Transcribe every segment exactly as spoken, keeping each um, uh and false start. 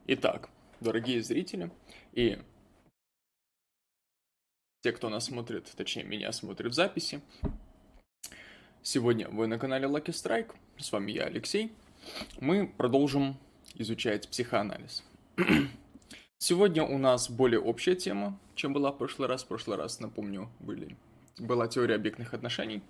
Итак, дорогие зрители и те, кто нас смотрит, точнее меня смотрит в записи, сегодня вы на канале Lucky Strike, с вами я, Алексей. Мы продолжим изучать психоанализ. Сегодня у нас более общая тема, чем была в прошлый раз. В прошлый раз, напомню, были, была теория объектных отношений.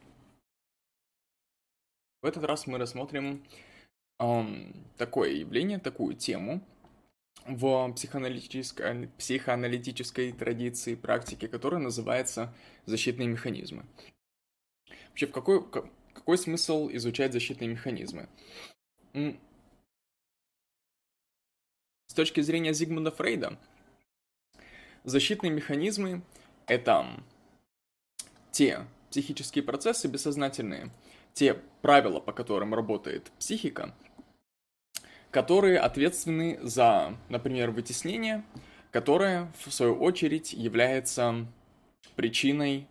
В этот раз мы рассмотрим эм, такое явление, такую тему в психоаналитической, психоаналитической традиции, практике, которая называется защитные механизмы. Вообще, в какой, какой смысл изучать защитные механизмы? С точки зрения Зигмунда Фрейда, защитные механизмы – это те психические процессы бессознательные, те правила, по которым работает психика, которые ответственны за, например, вытеснение, которое, в свою очередь, является причиной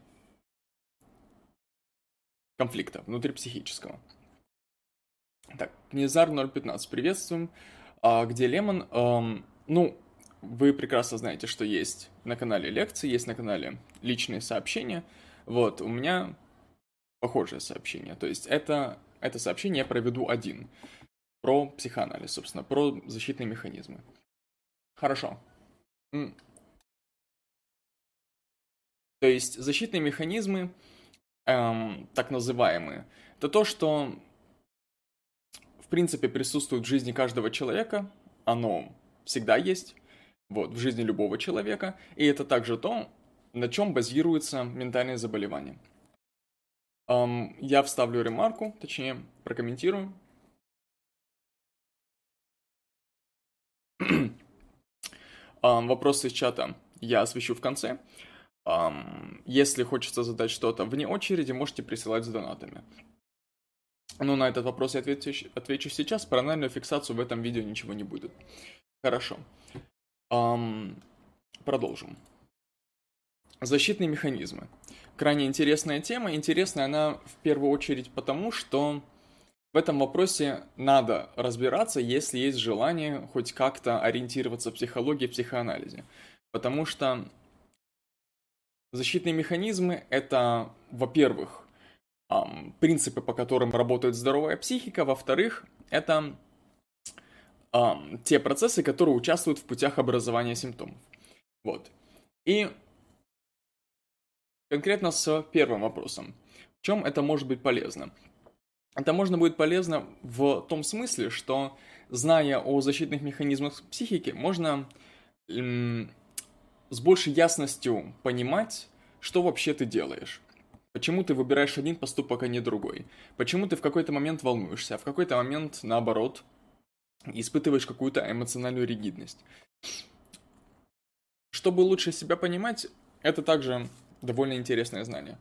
конфликта внутрипсихического. Так, Князар ноль пятнадцать, приветствуем. А, где Лемон? Эм, ну, вы прекрасно знаете, что есть на канале лекции, есть на канале личные сообщения. Вот, у меня похожее сообщение. То есть это, это сообщение я проведу один. Про психоанализ, собственно, про защитные механизмы. Хорошо. То есть защитные механизмы, эм, так называемые, это то, что в принципе присутствует в жизни каждого человека, оно всегда есть, вот, в жизни любого человека, и это также то, на чем базируется ментальное заболевание. Эм, я вставлю ремарку, точнее, прокомментирую. Вопросы из чата я освещу в конце. Если хочется задать что-то вне очереди, можете присылать с донатами. Но на этот вопрос я отвечу, отвечу сейчас. Про анальную фиксацию в этом видео ничего не будет. Хорошо. Продолжим. Защитные механизмы. Крайне интересная тема. Интересная она в первую очередь потому, что в этом вопросе надо разбираться, если есть желание хоть как-то ориентироваться в психологии и психоанализе. Потому что защитные механизмы – это, во-первых, принципы, по которым работает здоровая психика, во-вторых, это те процессы, которые участвуют в путях образования симптомов. Вот. И конкретно с первым вопросом. В чем это может быть полезно? Это можно будет полезно в том смысле, что, зная о защитных механизмах психики, можно м, с большей ясностью понимать, что вообще ты делаешь. Почему ты выбираешь один поступок, а не другой. Почему ты в какой-то момент волнуешься, а в какой-то момент, наоборот, испытываешь какую-то эмоциональную ригидность. Чтобы лучше себя понимать, это также довольно интересное знание.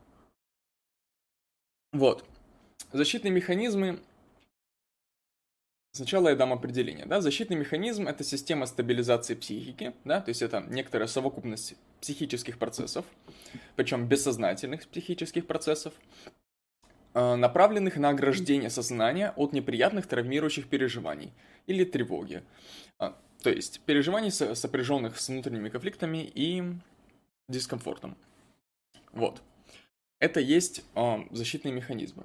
Вот. Защитные механизмы. Сначала я дам определение. Да? Защитный механизм – это система стабилизации психики, да? То есть это некоторая совокупность психических процессов, причем бессознательных психических процессов, направленных на ограждение сознания от неприятных травмирующих переживаний или тревоги. То есть переживаний, сопряженных с внутренними конфликтами и дискомфортом. Вот. Это есть защитные механизмы.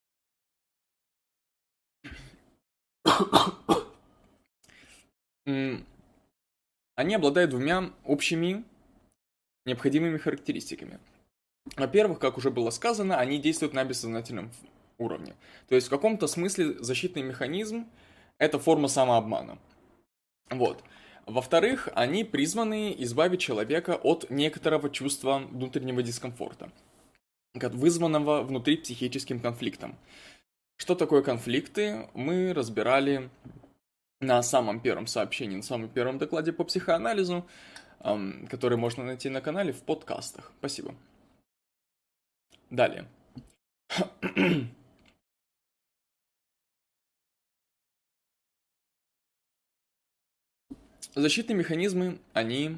Они обладают двумя общими необходимыми характеристиками. Во-первых, как уже было сказано, они действуют на бессознательном уровне. То есть в каком-то смысле защитный механизм – это форма самообмана. Вот. Во-вторых, они призваны избавить человека от некоторого чувства внутреннего дискомфорта, вызванного внутри психическим конфликтом. Что такое конфликты, мы разбирали на самом первом сообщении, на самом первом докладе по психоанализу, который можно найти на канале в подкастах. Спасибо. Далее. Защитные механизмы, они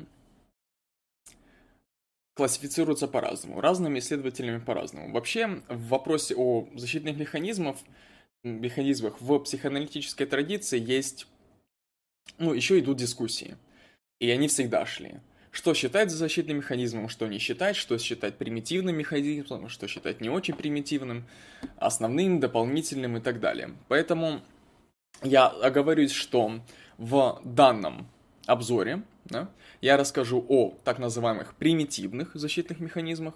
классифицируются по-разному, разными исследователями по-разному. Вообще, в вопросе о защитных механизмах, механизмах в психоаналитической традиции есть ну, еще идут дискуссии. И они всегда шли. Что считать за защитным механизмом, что не считать, что считать примитивным механизмом, что считать не очень примитивным, основным, дополнительным и так далее. Поэтому я оговорюсь, что в данном обзоре, да, я расскажу о так называемых примитивных защитных механизмах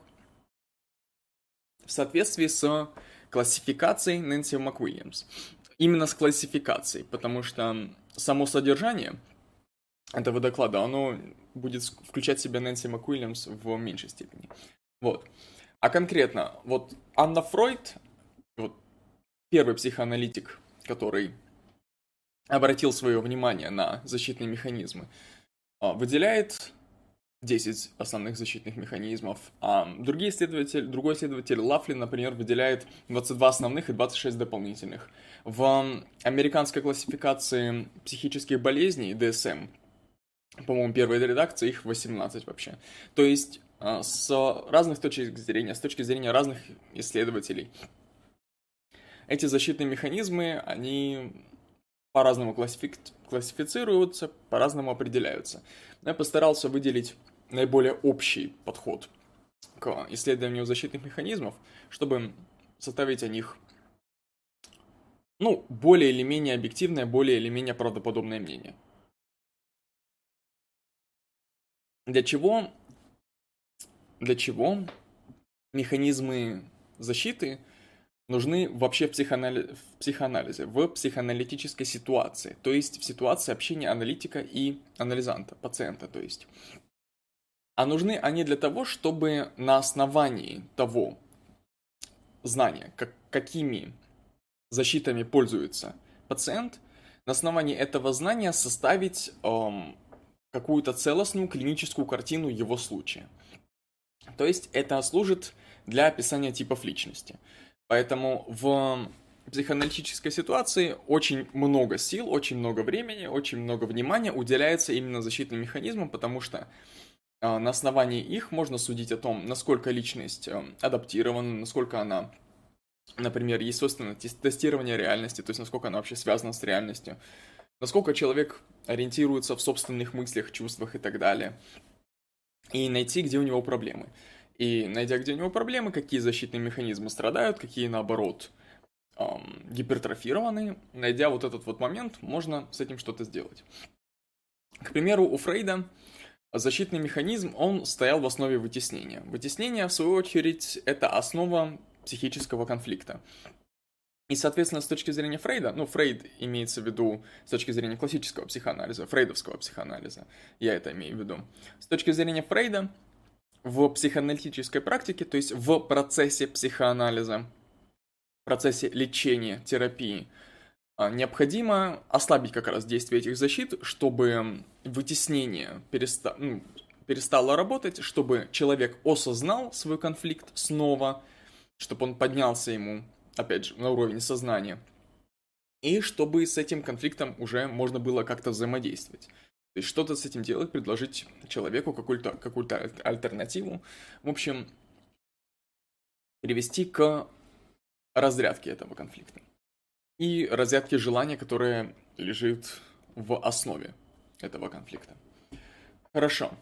в соответствии с классификацией Нэнси МакУильямс. Именно с классификацией, потому что само содержание этого доклада, оно будет включать в себя Нэнси МакУильямс в меньшей степени. Вот. А конкретно, вот Анна Фройд, вот первый психоаналитик, который обратил свое внимание на защитные механизмы, выделяет десять основных защитных механизмов, а другие исследователи, другой исследователь Лафлин, например, выделяет двадцать два основных и двадцать шесть дополнительных. В американской классификации психических болезней, ди эс эм, по-моему, первая редакция, их восемнадцать вообще. То есть с разных точек зрения, с точки зрения разных исследователей, эти защитные механизмы, они по-разному классифи... классифицируются, по-разному определяются. Я постарался выделить наиболее общий подход к исследованию защитных механизмов, чтобы составить о них, ну, более или менее объективное, более или менее правдоподобное мнение. Для чего, для чего механизмы защиты нужны вообще в, психоанали... в психоанализе, в психоаналитической ситуации, то есть в ситуации общения аналитика и анализанта, пациента, то есть. А нужны они для того, чтобы на основании того знания, как, какими защитами пользуется пациент, на основании этого знания составить эм, какую-то целостную клиническую картину его случая. То есть это служит для описания типов личности. Поэтому в психоаналитической ситуации очень много сил, очень много времени, очень много внимания уделяется именно защитным механизмам, потому что э, на основании их можно судить о том, насколько личность э, адаптирована, насколько она, например, есть собственное тестирование реальности, то есть насколько она вообще связана с реальностью, насколько человек ориентируется в собственных мыслях, чувствах и так далее, и найти, где у него проблемы. И найдя, где у него проблемы, какие защитные механизмы страдают, какие, наоборот, эм, гипертрофированы, найдя вот этот вот момент, можно с этим что-то сделать. К примеру, у Фрейда защитный механизм, он стоял в основе вытеснения. Вытеснение, в свою очередь, это основа психического конфликта. И, соответственно, с точки зрения Фрейда, ну, Фрейд имеется в виду с точки зрения классического психоанализа, фрейдовского психоанализа, я это имею в виду. С точки зрения Фрейда, в психоаналитической практике, то есть в процессе психоанализа, в процессе лечения, терапии, необходимо ослабить как раз действие этих защит, чтобы вытеснение переста... ну, перестало работать, чтобы человек осознал свой конфликт снова, чтобы он поднялся ему, опять же, на уровень сознания, и чтобы с этим конфликтом уже можно было как-то взаимодействовать. То есть что-то с этим делать, предложить человеку какую-то, какую-то альтернативу. В общем, привести к разрядке этого конфликта. И разрядке желания, которое лежит в основе этого конфликта. Хорошо.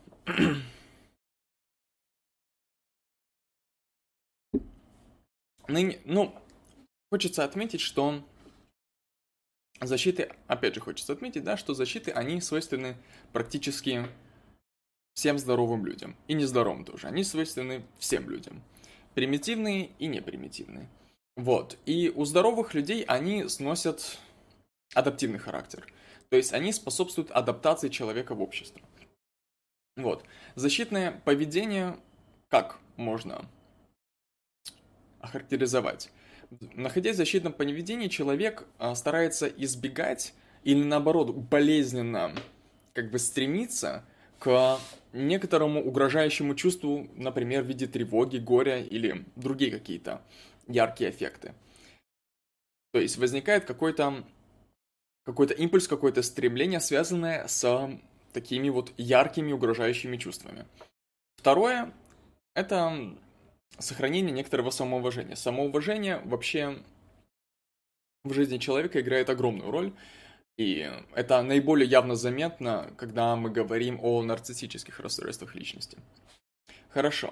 Ныне, ну, хочется отметить, что защиты, опять же хочется отметить, да, что защиты, они свойственны практически всем здоровым людям. И нездоровым тоже. Они свойственны всем людям. Примитивные и непримитивные. Вот. И у здоровых людей они сносят адаптивный характер. То есть они способствуют адаптации человека в общество. Вот. Защитное поведение как можно охарактеризовать? Находясь в защитном поведении, человек старается избегать или наоборот болезненно как бы стремиться к некоторому угрожающему чувству, например, в виде тревоги, горя или другие какие-то яркие эффекты. То есть возникает какой-то какой-то импульс, какое-то стремление, связанное с такими вот яркими угрожающими чувствами. Второе – это сохранение некоторого самоуважения. Самоуважение вообще в жизни человека играет огромную роль. И это наиболее явно заметно, когда мы говорим о нарциссических расстройствах личности. Хорошо.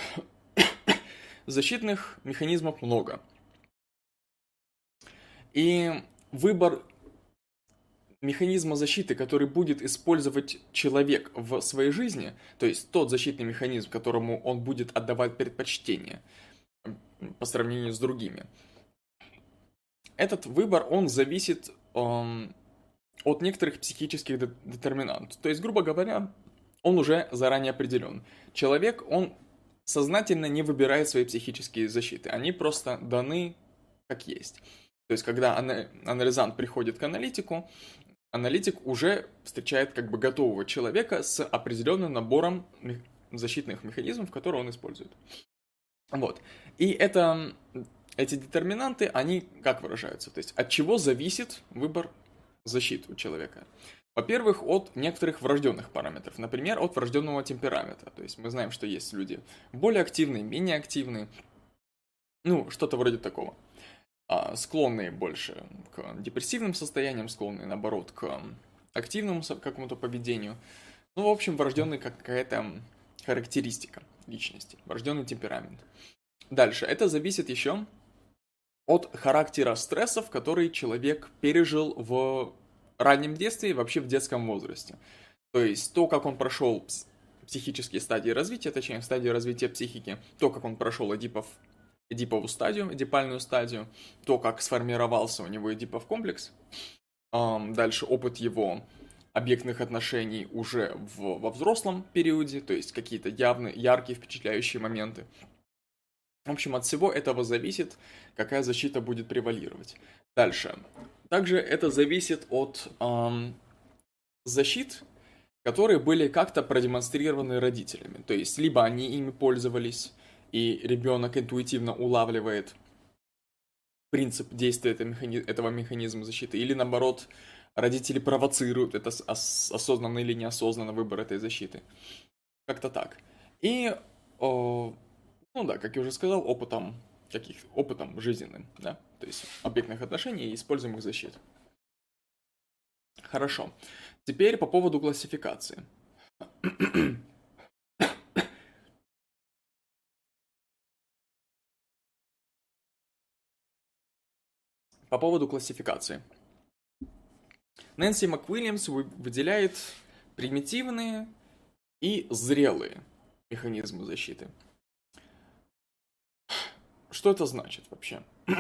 Защитных механизмов много. И выбор механизма защиты, который будет использовать человек в своей жизни, то есть тот защитный механизм, которому он будет отдавать предпочтение по сравнению с другими, этот выбор, он зависит эм, от некоторых психических детерминантов. То есть, грубо говоря, он уже заранее определен. Человек, он сознательно не выбирает свои психические защиты. Они просто даны как есть. То есть, когда анализант приходит к аналитику, аналитик уже встречает как бы готового человека с определенным набором защитных механизмов, которые он использует. Вот. И это, эти детерминанты, они как выражаются? То есть, от чего зависит выбор защиты у человека? Во-первых, от некоторых врожденных параметров. Например, от врожденного темперамента. То есть, мы знаем, что есть люди более активные, менее активные. Ну, что-то вроде такого. А, склонные больше к депрессивным состояниям, склонные, наоборот, к активному какому-то поведению. Ну, в общем, врожденная какая-то характеристика личности, врожденный темперамент. Дальше, это зависит еще от характера стрессов, которые человек пережил в раннем детстве и вообще в детском возрасте. То есть то, как он прошел психические стадии развития, точнее, стадии развития психики, то, как он прошел эдипов, эдиповую стадию, эдипальную стадию, то, как сформировался у него эдипов комплекс, дальше опыт его объектных отношений уже в, во взрослом периоде, то есть какие-то явные, яркие, впечатляющие моменты. В общем, от всего этого зависит, какая защита будет превалировать. Дальше. Также это зависит от эм, защит, которые были как-то продемонстрированы родителями. То есть, либо они ими пользовались, и ребенок интуитивно улавливает принцип действия этого механизма, этого механизма защиты, или наоборот, родители провоцируют это осознанно или неосознанно выбор этой защиты. Как-то так. И, о, ну да, как я уже сказал, опытом, каких, опытом жизненным, да, то есть объектных отношений и используемых защит. Хорошо. Теперь по поводу классификации. По поводу классификации. Нэнси МакУильямс выделяет примитивные и зрелые механизмы защиты. Что это значит вообще?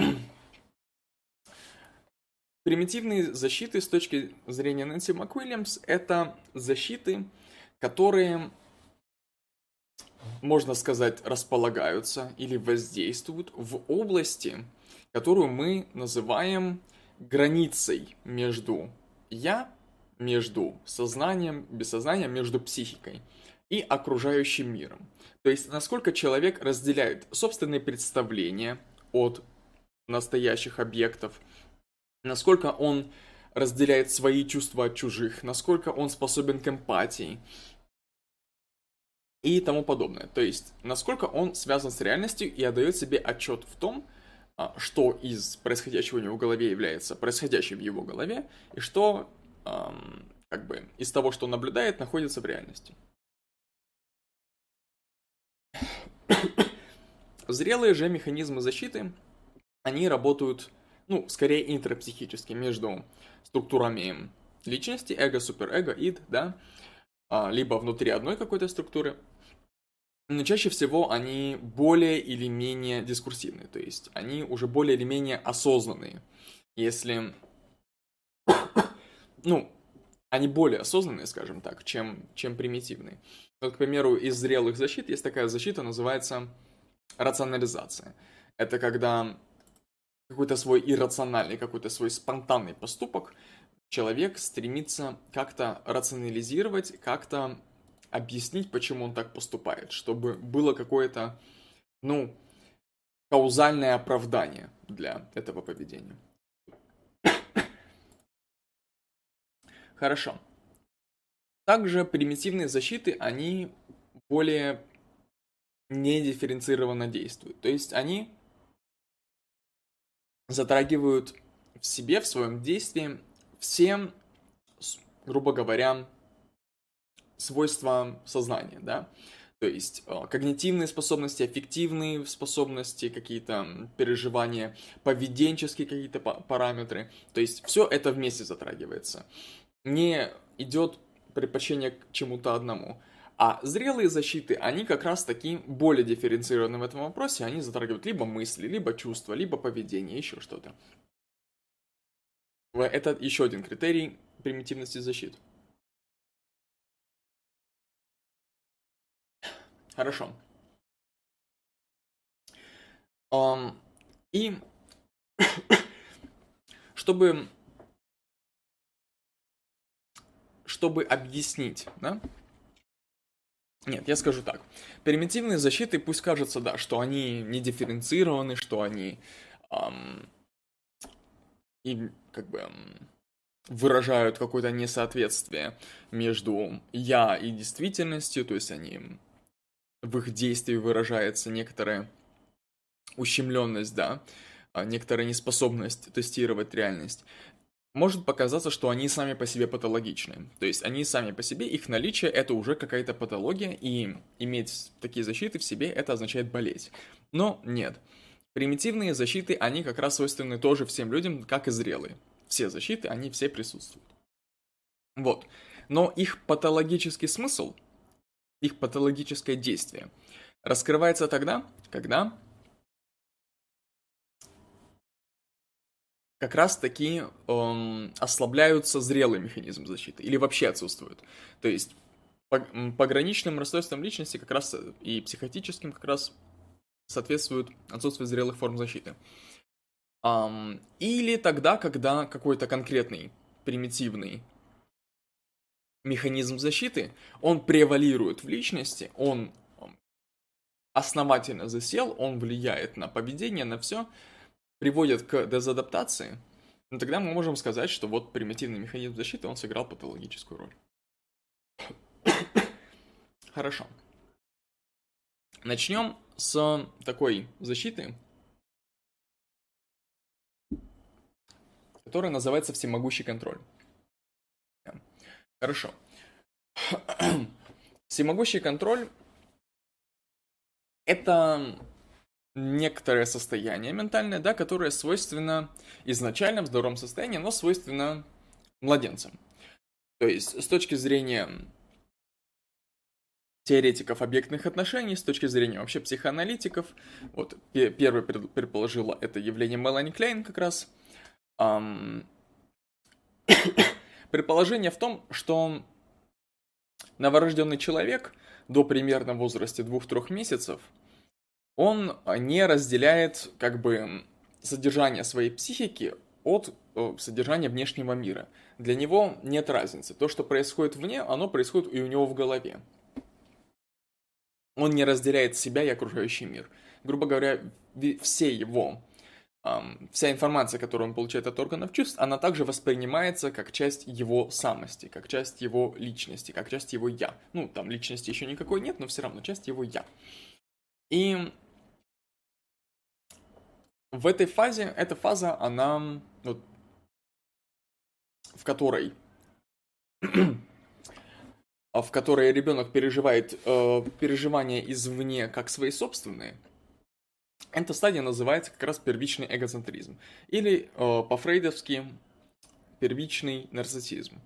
Примитивные защиты с точки зрения Нэнси МакУильямс это защиты, которые, можно сказать, располагаются или воздействуют в области, которую мы называем границей между «я», между сознанием, бессознанием, между психикой и окружающим миром. То есть, насколько человек разделяет собственные представления от настоящих объектов, насколько он разделяет свои чувства от чужих, насколько он способен к эмпатии и тому подобное. То есть, насколько он связан с реальностью и отдает себе отчет в том, что из происходящего у него в голове является происходящим в его голове, и что эм, как бы из того, что он наблюдает, находится в реальности. Зрелые же механизмы защиты, они работают, ну, скорее интрапсихически между структурами личности, эго, суперэго, ид, да, либо внутри одной какой-то структуры. Но чаще всего они более или менее дискурсивные, то есть они уже более или менее осознанные. Если, ну, они более осознанные, скажем так, чем, чем примитивные. Вот, к примеру, из зрелых защит есть такая защита, называется рационализация. Это когда какой-то свой иррациональный, какой-то свой спонтанный поступок человек стремится как-то рационализировать, как-то объяснить, почему он так поступает, чтобы было какое-то, ну, каузальное оправдание для этого поведения. Хорошо. Также примитивные защиты, они более недифференцированно действуют. То есть они затрагивают в себе, в своем действии все, грубо говоря, свойства сознания, да, то есть э, когнитивные способности, аффективные способности, какие-то переживания, поведенческие какие-то параметры, то есть все это вместе затрагивается. Не идет предпочтение к чему-то одному. А зрелые защиты, они как раз таки более дифференцированы в этом вопросе, они затрагивают либо мысли, либо чувства, либо поведение, еще что-то. Это еще один критерий примитивности защит. Хорошо. Um, и чтобы, чтобы объяснить, да? Нет, я скажу так. Примитивные защиты, пусть кажется, да, что они не дифференцированы, что они um, и как бы um, выражают какое-то несоответствие между я и действительностью, то есть они в их действии выражается некоторая ущемленность, да, некоторая неспособность тестировать реальность. Может показаться, что они сами по себе патологичны. То есть они сами по себе, их наличие это уже какая-то патология, и иметь такие защиты в себе это означает болеть. Но нет. Примитивные защиты, они как раз свойственны тоже всем людям, как и зрелые. Все защиты, они все присутствуют. Вот. Но их патологический смысл, их патологическое действие раскрывается тогда, когда как раз таки эм, ослабляются зрелые механизмы защиты или вообще отсутствуют. То есть по, пограничным расстройствам личности как раз и психотическим как раз соответствует отсутствие зрелых форм защиты. Эм, или тогда, когда какой-то конкретный примитивный механизм защиты, он превалирует в личности, он основательно засел, он влияет на поведение, на все, приводит к дезадаптации, ну, тогда мы можем сказать, что вот примитивный механизм защиты, он сыграл патологическую роль. Хорошо. Начнем с такой защиты, которая называется всемогущий контроль. Хорошо. Всемогущий контроль — это некоторое состояние ментальное, да, которое свойственно изначально в здоровом состоянии, но свойственно младенцам. То есть, с точки зрения теоретиков объектных отношений, с точки зрения вообще психоаналитиков, вот, первый предположила это явление Мелани Клейн как раз, эм, предположение в том, что новорожденный человек до примерно возраста двух-трёх месяцев, он не разделяет как бы содержание своей психики от содержания внешнего мира. Для него нет разницы. То, что происходит вне, оно происходит и у него в голове. Он не разделяет себя и окружающий мир. Грубо говоря, все его, эм, вся информация, которую он получает от органов чувств, она также воспринимается как часть его самости, как часть его личности, как часть его «я». Ну, там личности еще никакой нет, но все равно часть его «я». И в этой фазе, эта фаза, она, вот, в которой, в которой ребенок переживает э, переживания извне как свои собственные, эта стадия называется как раз первичный эгоцентризм. Или э, по-фрейдовски первичный нарциссизм.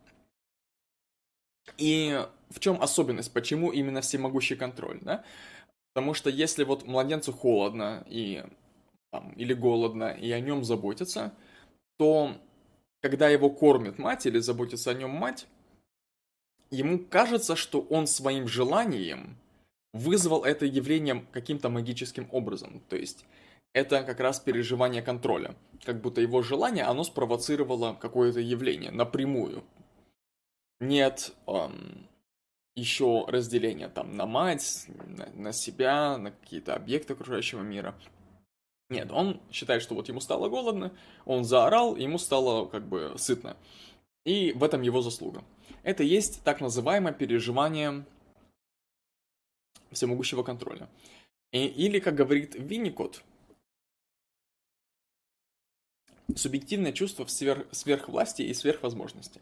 И в чем особенность, почему именно всемогущий контроль, да? Потому что если вот младенцу холодно и, там, или голодно, и о нем заботятся, то когда его кормит мать или заботится о нем мать, ему кажется, что он своим желанием вызвал это явление каким-то магическим образом. То есть это как раз переживание контроля. Как будто его желание, оно спровоцировало какое-то явление напрямую. Нет эм, еще разделения там на мать, на, на себя, на какие-то объекты окружающего мира. Нет, он считает, что вот ему стало голодно, он заорал, ему стало как бы сытно. И в этом его заслуга. Это есть так называемое переживание всемогущего контроля. И, или, как говорит Винникот, субъективное чувство в сверх, сверхвласти и сверхвозможности.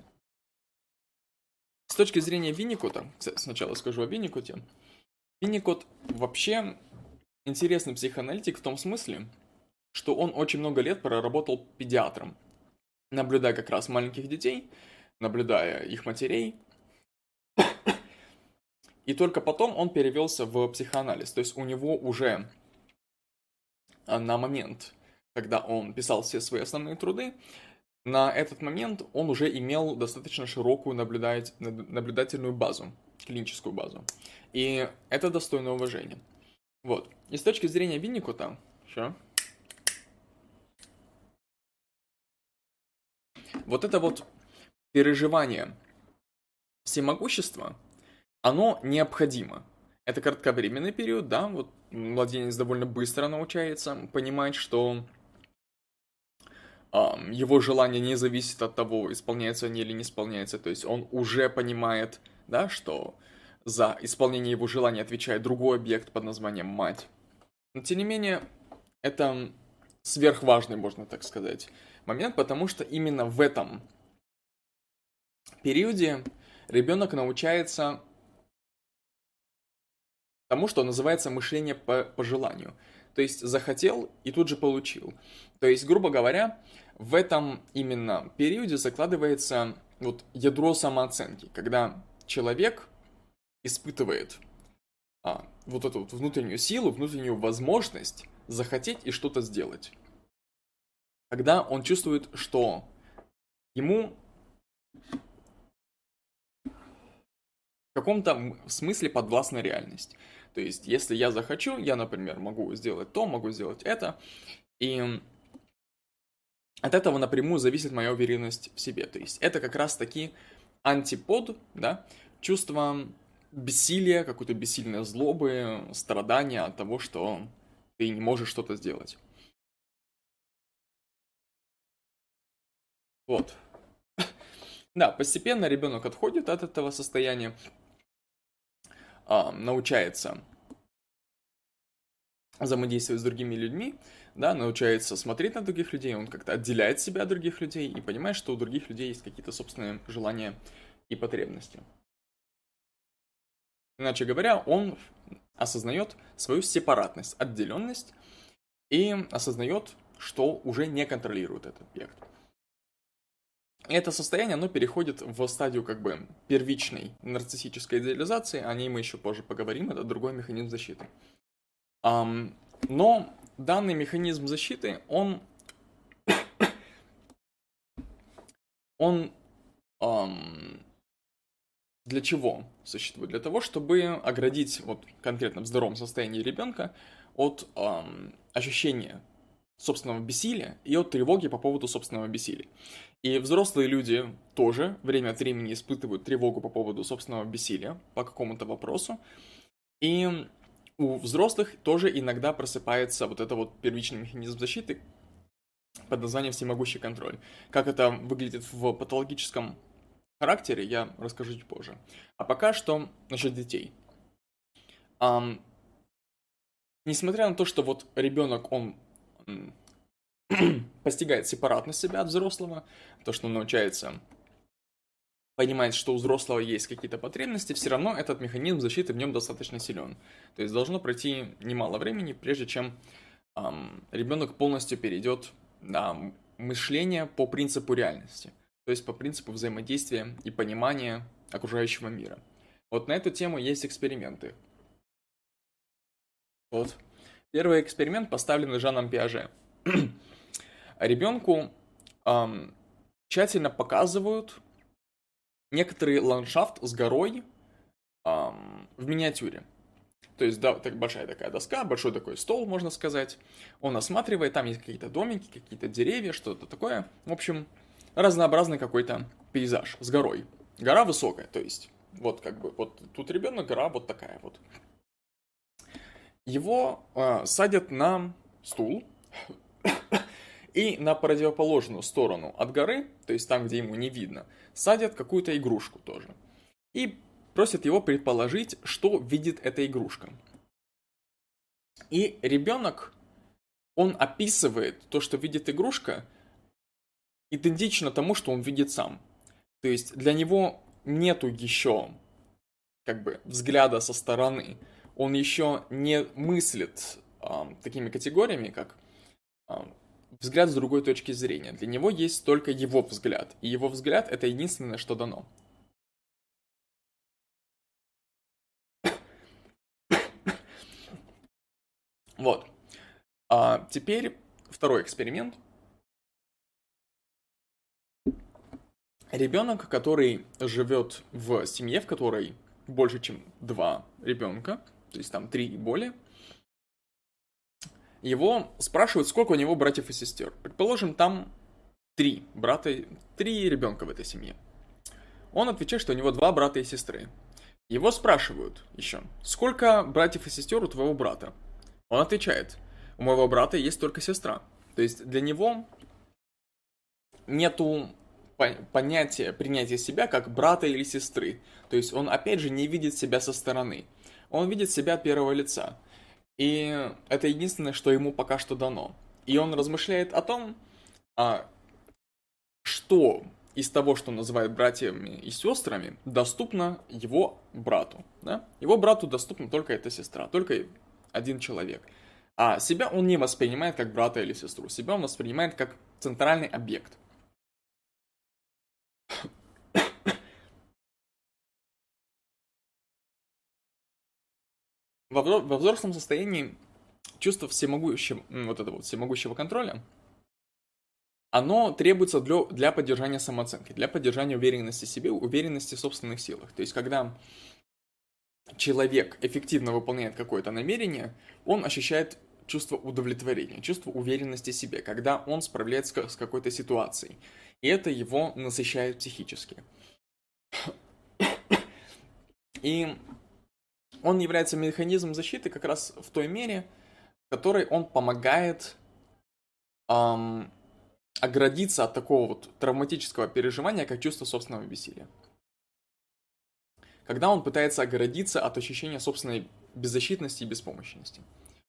С точки зрения Винникота, сначала скажу о Винникоте, Винникот вообще интересный психоаналитик в том смысле, что он очень много лет проработал педиатром, наблюдая как раз маленьких детей, наблюдая их матерей, и только потом он перевелся в психоанализ. То есть у него уже на момент, когда он писал все свои основные труды, на этот момент он уже имел достаточно широкую наблюдать, наблюдательную базу, клиническую базу. И это достойно уважения. Вот. И с точки зрения Винникота, что? Вот это вот переживание всемогущества, оно необходимо. Это кратковременный период, да, вот младенец довольно быстро научается понимать, что э, его желание не зависит от того, исполняются они или не исполняются, то есть он уже понимает, да, что за исполнение его желания отвечает другой объект под названием мать. Но тем не менее, это сверхважный, можно так сказать, момент, потому что именно в этом периоде ребенок научается тому, что называется мышление по, по желанию. То есть захотел и тут же получил. То есть, грубо говоря, в этом именно периоде закладывается вот ядро самооценки, когда человек испытывает а, вот эту вот внутреннюю силу, внутреннюю возможность захотеть и что-то сделать. Когда он чувствует, что ему в каком-то смысле подвластна реальность. То есть, если я захочу, я, например, могу сделать то, могу сделать это, и от этого напрямую зависит моя уверенность в себе. То есть, это как раз-таки антипод, да, чувство бессилия, какой-то бессильной злобы, страдания от того, что ты не можешь что-то сделать. Вот. Да, постепенно ребенок отходит от этого состояния, научается взаимодействовать с другими людьми, да, научается смотреть на других людей, он как-то отделяет себя от других людей и понимает, что у других людей есть какие-то собственные желания и потребности. Иначе говоря, он осознает свою сепаратность, отделенность и осознает, что уже не контролирует этот объект. И это состояние, оно переходит в стадию как бы первичной нарциссической идеализации, о ней мы еще позже поговорим, это другой механизм защиты. Um, но данный механизм защиты, он, он um, для чего существует? Для того, чтобы оградить вот, конкретно в здоровом состоянии ребенка от um, ощущения собственного бессилия и от тревоги по поводу собственного бессилия. И взрослые люди тоже время от времени испытывают тревогу по поводу собственного бессилия по какому-то вопросу. И у взрослых тоже иногда просыпается вот это вот первичный механизм защиты под названием всемогущий контроль. Как это выглядит в патологическом характере, я расскажу чуть позже. А пока что насчет детей. Um, несмотря на то, что вот ребенок, он постигает сепаратность себя от взрослого, то, что он научается понимает, что у взрослого есть какие-то потребности, все равно этот механизм защиты в нем достаточно силен. То есть должно пройти немало времени, прежде чем эм, ребенок полностью перейдет на мышление по принципу реальности, то есть по принципу взаимодействия и понимания окружающего мира. Вот на эту тему есть эксперименты. Вот. Первый эксперимент поставлен Жаном Пиаже. Ребенку эм, тщательно показывают некоторый ландшафт с горой эм, в миниатюре. То есть, да, так, большая такая доска, большой такой стол, можно сказать. Он осматривает, там есть какие-то домики, какие-то деревья, что-то такое. В общем, разнообразный какой-то пейзаж с горой. Гора высокая, то есть, вот как бы, вот тут ребенок, гора вот такая вот. Его э, садят на стул, и на противоположную сторону от горы, то есть там, где ему не видно, садят какую-то игрушку тоже. И просят его предположить, что видит эта игрушка. И ребенок, он описывает то, что видит игрушка, идентично тому, что он видит сам. То есть для него нету еще как бы взгляда со стороны. Он еще не мыслит а, такими категориями, как а, взгляд с другой точки зрения. Для него есть только его взгляд. И его взгляд — это единственное, что дано. Вот. А теперь второй эксперимент. Ребенок, который живет в семье, в которой больше, чем два ребенка, то есть там три и более, его спрашивают, сколько у него братьев и сестер. Предположим, там три брата, три ребенка в этой семье. Он отвечает, что у него два брата и сестры. Его спрашивают еще, сколько братьев и сестер у твоего брата? Он отвечает, у моего брата есть только сестра. То есть для него нету понятия принятия себя как брата или сестры. То есть он, опять же, не видит себя со стороны. Он видит себя от первого лица. И это единственное, что ему пока что дано. И он размышляет о том, а, что из того, что называют братьями и сестрами, доступно его брату. Да? Его брату доступна только эта сестра, только один человек. А себя он не воспринимает как брата или сестру. Себя он воспринимает как центральный объект. Во, во взрослом состоянии чувство всемогущего, вот этого вот всемогущего контроля, оно требуется для, для поддержания самооценки, для поддержания уверенности в себе, уверенности в собственных силах. То есть, когда человек эффективно выполняет какое-то намерение, он ощущает чувство удовлетворения, чувство уверенности в себе, когда он справляется с какой-то ситуацией. И это его насыщает психически. И он является механизмом защиты как раз в той мере, в которой он помогает эм, оградиться от такого вот травматического переживания, как чувство собственного бессилия. Когда он пытается оградиться от ощущения собственной беззащитности и беспомощности.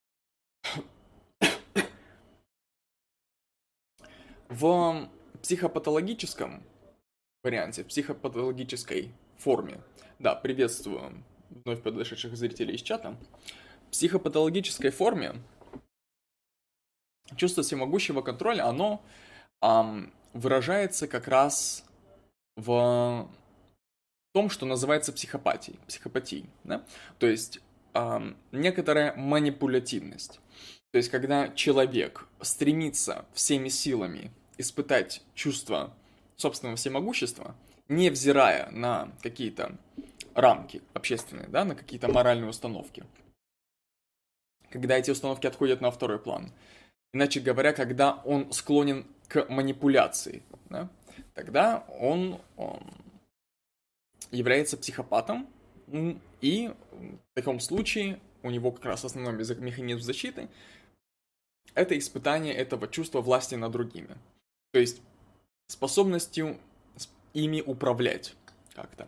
В психопатологическом варианте, в психопатологической форме, да, приветствую вновь подошедших зрителей из чата, в психопатологической форме чувство всемогущего контроля, оно эм, выражается как раз в том, что называется психопатией, психопатией, да? То есть эм, некоторая манипулятивность. То есть когда человек стремится всеми силами испытать чувство собственного всемогущества, невзирая на какие-то рамки общественные, да, на какие-то моральные установки. Когда эти установки отходят на второй план. Иначе говоря, когда он склонен к манипуляции, да, тогда он, он является психопатом, и в таком случае у него как раз основной механизм защиты – это испытание этого чувства власти над другими. То есть способностью ими управлять как-то.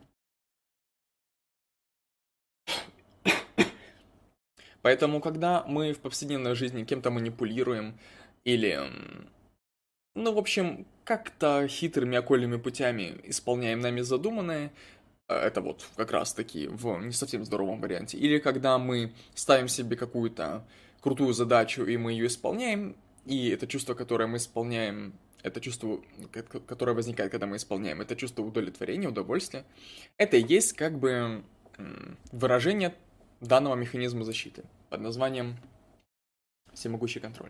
Поэтому, когда мы в повседневной жизни кем-то манипулируем или, ну, в общем, как-то хитрыми окольными путями исполняем нами задуманное, это вот как раз-таки в не совсем здоровом варианте, или когда мы ставим себе какую-то крутую задачу, и мы ее исполняем, и это чувство, которое мы исполняем, это чувство, которое возникает, когда мы исполняем, это чувство удовлетворения, удовольствия, это и есть как бы выражение данного механизма защиты под названием всемогущий контроль.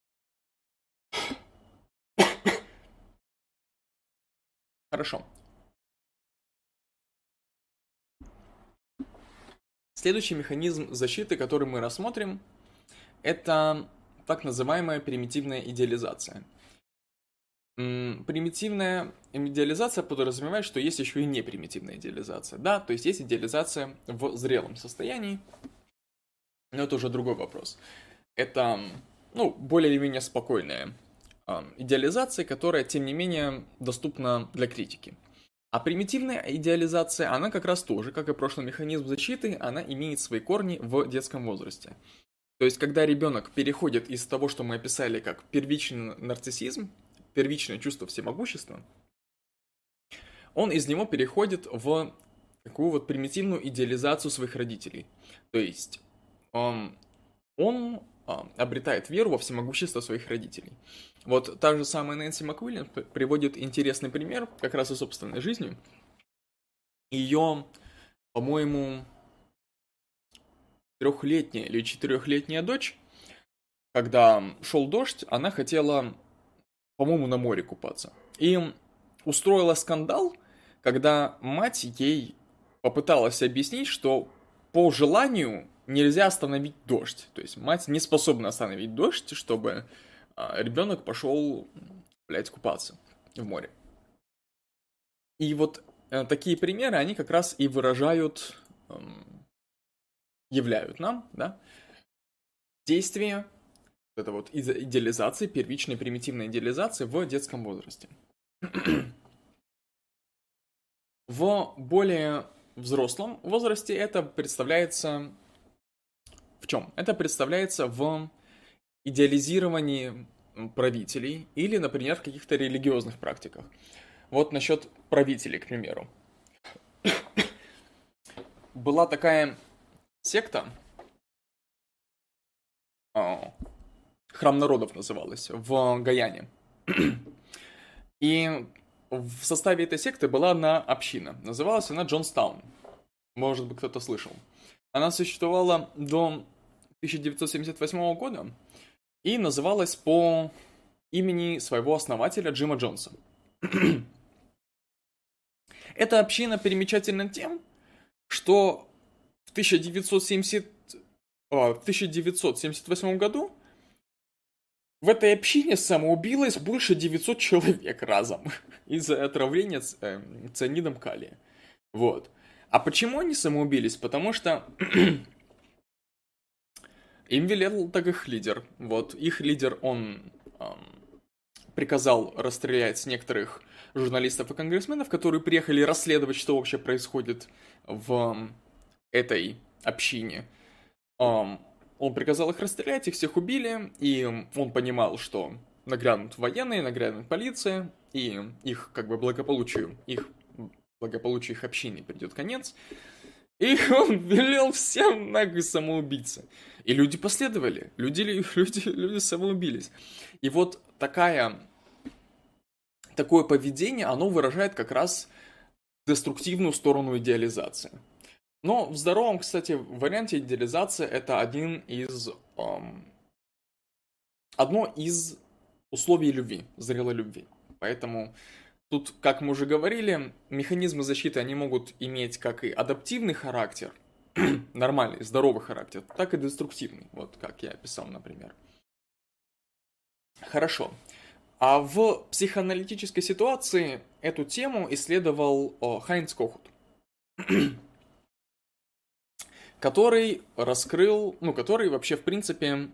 Хорошо. Следующий механизм защиты, который мы рассмотрим, это так называемая примитивная идеализация. Примитивная идеализация подразумевает, что есть еще и непримитивная идеализация. Да, то есть есть идеализация в зрелом состоянии, но это уже другой вопрос. Это, ну, более или менее спокойная э, идеализация, которая, тем не менее, доступна для критики. А примитивная идеализация, она как раз тоже, как и прошлый механизм защиты, она имеет свои корни в детском возрасте. То есть, когда ребенок переходит из того, что мы описали как первичный нарциссизм, первичное чувство всемогущества, он из него переходит в такую вот примитивную идеализацию своих родителей. То есть он, он а, обретает веру во всемогущество своих родителей. Вот та же самая Нэнси МакУильямс приводит интересный пример как раз из собственной жизни. Ее, по-моему, трехлетняя или четырехлетняя дочь, когда шел дождь, она хотела, по-моему, на море купаться. И устроила скандал, когда мать ей попыталась объяснить, что по желанию нельзя остановить дождь. То есть мать не способна остановить дождь, чтобы а, ребенок пошел, блядь, купаться в море. И вот э, такие примеры, они как раз и выражают, э, являют нам, да, действие, это вот идеализации, первичной примитивной идеализации в детском возрасте. В более взрослом возрасте это представляется в чем? Это представляется в идеализировании правителей или, например, в каких-то религиозных практиках. Вот насчет правителей, к примеру. Была такая секта, Храм народов называлась, в Гаяне. И в составе этой секты была одна община. Называлась она Джонстаун. Может быть, кто-то слышал. Она существовала до тысяча девятьсот семьдесят восьмого года и называлась по имени своего основателя Джима Джонса. Эта община примечательна тем, что в тысяча девятьсот семидесятом, в тысяча девятьсот семьдесят восьмом году в этой общине самоубилось больше девятисот человек разом из-за отравления цианидом калия. Вот. А почему они самоубились? Потому что им велел так их лидер. Вот. Их лидер, он эм, приказал расстрелять некоторых журналистов и конгрессменов, которые приехали расследовать, что вообще происходит в этой общине. Um, он приказал их расстрелять, их всех убили, и он понимал, что нагрянут военные, нагрянут полиция, и их как бы благополучию, их благополучию их общины придет конец. И он велел всем нахуй самоубиться. И люди последовали, люди, люди, люди самоубились. И вот такая, такое поведение, оно выражает как раз деструктивную сторону идеализации. Но в здоровом, кстати, варианте идеализация это один из, эм, одно из условий любви, зрелой любви. Поэтому тут, как мы уже говорили, механизмы защиты, они могут иметь как и адаптивный характер, нормальный, здоровый характер, так и деструктивный, вот как я описал, например. Хорошо. А в психоаналитической ситуации эту тему исследовал о, Хайнц Кохут, который раскрыл, ну, который вообще, в принципе,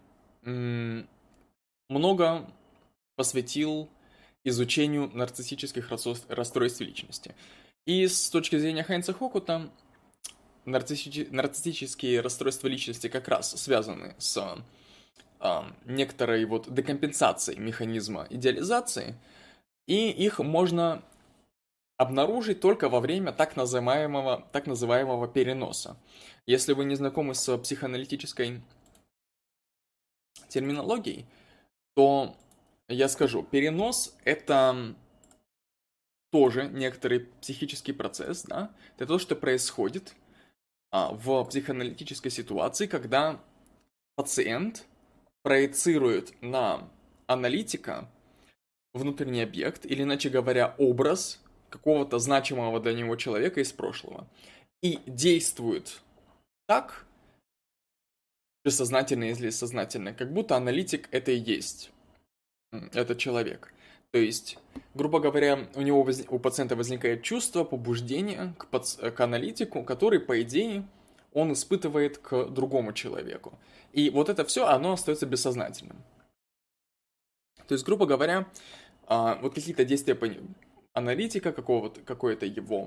много посвятил изучению нарциссических расстройств личности. И с точки зрения Хайнца Кохута, нарцисси- нарциссические расстройства личности как раз связаны с а, некоторой вот декомпенсацией механизма идеализации, и их можно обнаружить только во время так называемого, так называемого переноса. Если вы не знакомы с психоаналитической терминологией, то я скажу, перенос – это тоже некоторый психический процесс, да? Это то, что происходит а, в психоаналитической ситуации, когда пациент проецирует на аналитика внутренний объект, или, иначе говоря, образ какого-то значимого для него человека из прошлого, и действует так, бессознательно или сознательно, как будто аналитик это и есть этот человек. То есть, грубо говоря, у него воз... у пациента возникает чувство побуждения к, паци... к аналитику, который, по идее, он испытывает к другому человеку. И вот это все, оно остается бессознательным. То есть, грубо говоря, вот какие-то действия аналитика, какого-то, какое-то его,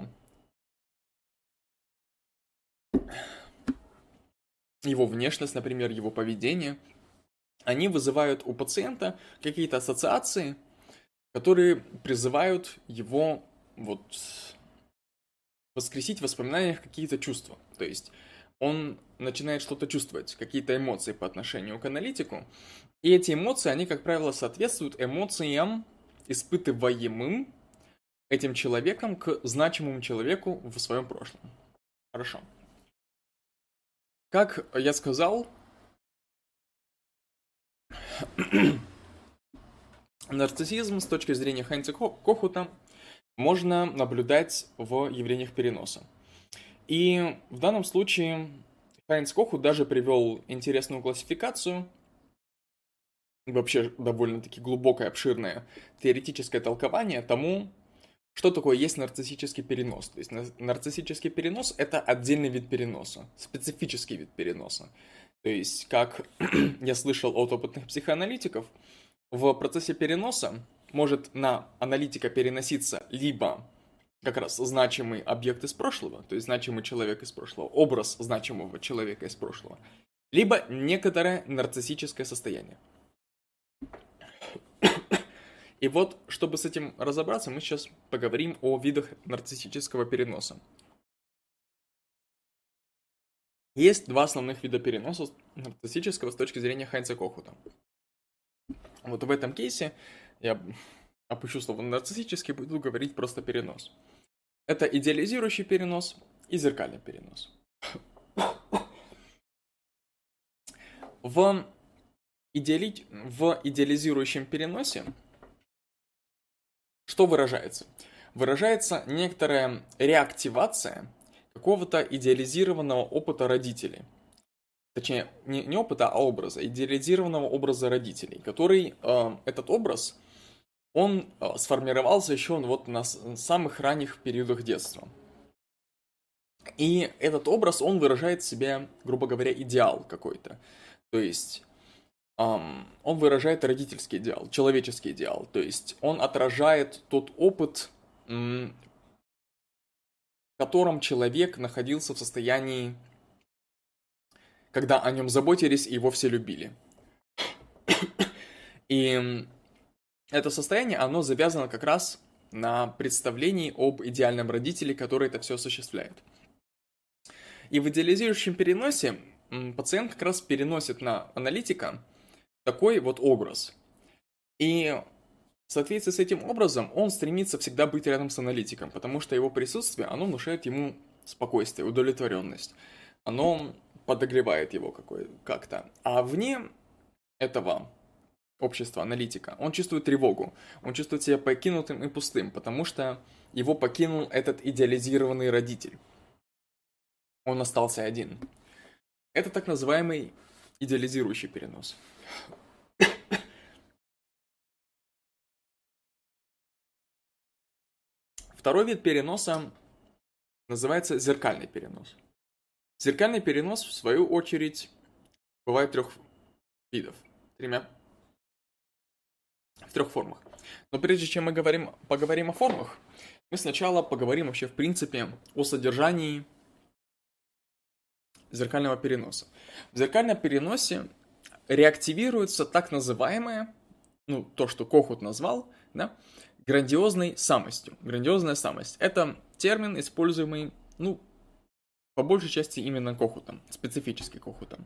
его внешность, например, его поведение, они вызывают у пациента какие-то ассоциации, которые призывают его вот воскресить в воспоминаниях какие-то чувства. То есть он начинает что-то чувствовать, какие-то эмоции по отношению к аналитику, и эти эмоции, они, как правило, соответствуют эмоциям, испытываемым этим человеком к значимому человеку в своем прошлом. Хорошо. Как я сказал, нарциссизм с точки зрения Хайнца Кохута можно наблюдать в явлениях переноса. И в данном случае Хайнц Кохут даже привел интересную классификацию, вообще довольно-таки глубокое, обширное теоретическое толкование тому, что такое есть нарциссический перенос. То есть нарциссический перенос – это отдельный вид переноса, специфический вид переноса. То есть, как я слышал от опытных психоаналитиков, в процессе переноса может на аналитика переноситься либо как раз значимый объект из прошлого, то есть значимый человек из прошлого, образ значимого человека из прошлого, либо некоторое нарциссическое состояние. И вот, чтобы с этим разобраться, мы сейчас поговорим о видах нарциссического переноса. Есть два основных вида переноса нарциссического с точки зрения Хайнца Кохута. Вот в этом кейсе я опущу слово нарциссический, буду говорить просто перенос. Это идеализирующий перенос и зеркальный перенос. В, идеали... в идеализирующем переносе что выражается? Выражается некоторая реактивация какого-то идеализированного опыта родителей. Точнее, не, не опыта, а образа, идеализированного образа родителей, который, э, этот образ, он э, сформировался еще вот на самых ранних периодах детства. И этот образ, он выражает в себе, грубо говоря, идеал какой-то. То есть, эм, он выражает родительский идеал, человеческий идеал. То есть, он отражает тот опыт, м, в котором человек находился в состоянии, когда о нем заботились и его все любили. И это состояние, оно завязано как раз на представлении об идеальном родителе, который это все осуществляет. И в идеализирующем переносе пациент как раз переносит на аналитика такой вот образ. И в соответствии с этим образом он стремится всегда быть рядом с аналитиком, потому что его присутствие, оно внушает ему спокойствие, удовлетворенность. Оно подогревает его как-то. А вне этого общества аналитика он чувствует тревогу, он чувствует себя покинутым и пустым, потому что его покинул этот идеализированный родитель. Он остался один. Это так называемый идеализирующий перенос. Второй вид переноса называется зеркальный перенос. Зеркальный перенос, в свою очередь, бывает трех видов. Тремя. В трех формах. Но прежде чем мы говорим, поговорим о формах, мы сначала поговорим вообще в принципе о содержании зеркального переноса. В зеркальном переносе реактивируется так называемое, ну, то, что Кохут назвал, да, грандиозной самостью. Грандиозная самость. Это термин, используемый, ну, по большей части именно Кохутом, специфически Кохутом.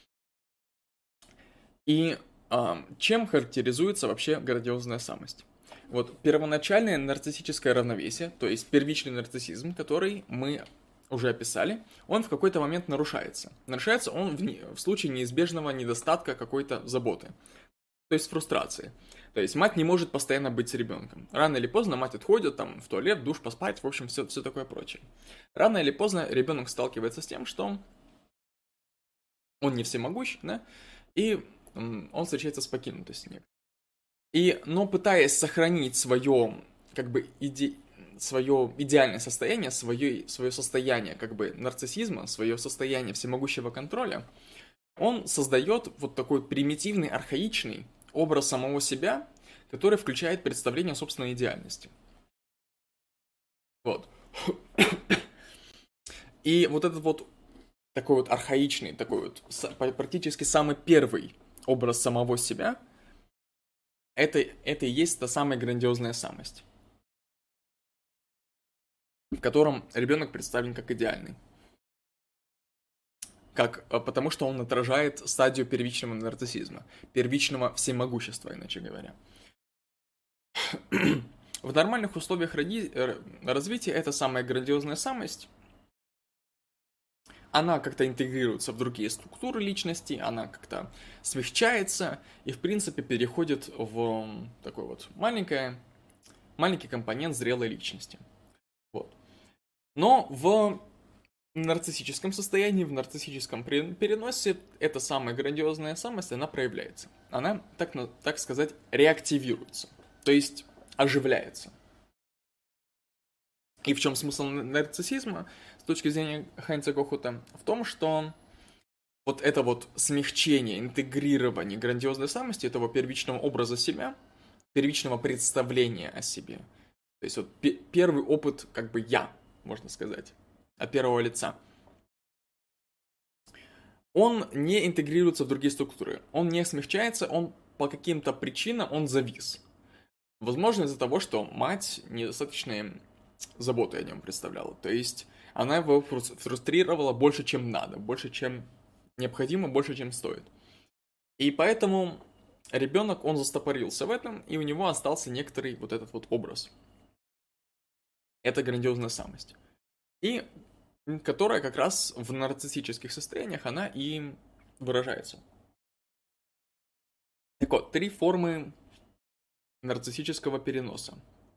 И а, чем характеризуется вообще грандиозная самость? Вот первоначальное нарциссическое равновесие, то есть первичный нарциссизм, который мы уже описали, он в какой-то момент нарушается. Нарушается он в, не, в случае неизбежного недостатка какой-то заботы, то есть фрустрации. То есть мать не может постоянно быть с ребенком. Рано или поздно мать отходит там, в туалет, в душ, поспать, в общем, все, все такое прочее. Рано или поздно ребенок сталкивается с тем, что он не всемогущ, да, и он встречается с покинутостью. И, но пытаясь сохранить свое, как бы, иде, свое идеальное состояние, свое, свое состояние, как бы, нарциссизма, свое состояние всемогущего контроля, он создает вот такой примитивный, архаичный образ самого себя, который включает представление о собственной идеальности. Вот. И вот этот вот такой вот архаичный, такой вот практически самый первый образ самого себя, это, это и есть та самая грандиозная самость, в котором ребенок представлен как идеальный. Как, потому что он отражает стадию первичного нарциссизма, первичного всемогущества, иначе говоря. В нормальных условиях роди... развития эта самая грандиозная самость, она как-то интегрируется в другие структуры личности, она как-то смягчается и, в принципе, переходит в такой вот маленькое, маленький компонент зрелой личности. Вот. Но в нарциссическом состоянии, в нарциссическом переносе эта самая грандиозная самость, она проявляется. Она, так, так сказать, реактивируется, то есть оживляется. И в чем смысл нарциссизма с точки зрения Хайнца Кохута? В том, что вот это вот смягчение, интегрирование грандиозной самости, этого первичного образа себя, первичного представления о себе. То есть вот первый опыт как бы я, можно сказать, от первого лица. Он не интегрируется в другие структуры, он не смягчается, он по каким-то причинам он завис. Возможно, из-за того, что мать недостаточно заботы о нем представляла. То есть она его фрустрировала больше, чем надо, больше, чем необходимо, больше, чем стоит. И поэтому ребенок, он застопорился в этом, и у него остался некоторый вот этот вот образ. Это грандиозная самость. И которая как раз в нарциссических состояниях, она и выражается. Так вот, три формы нарциссического переноса.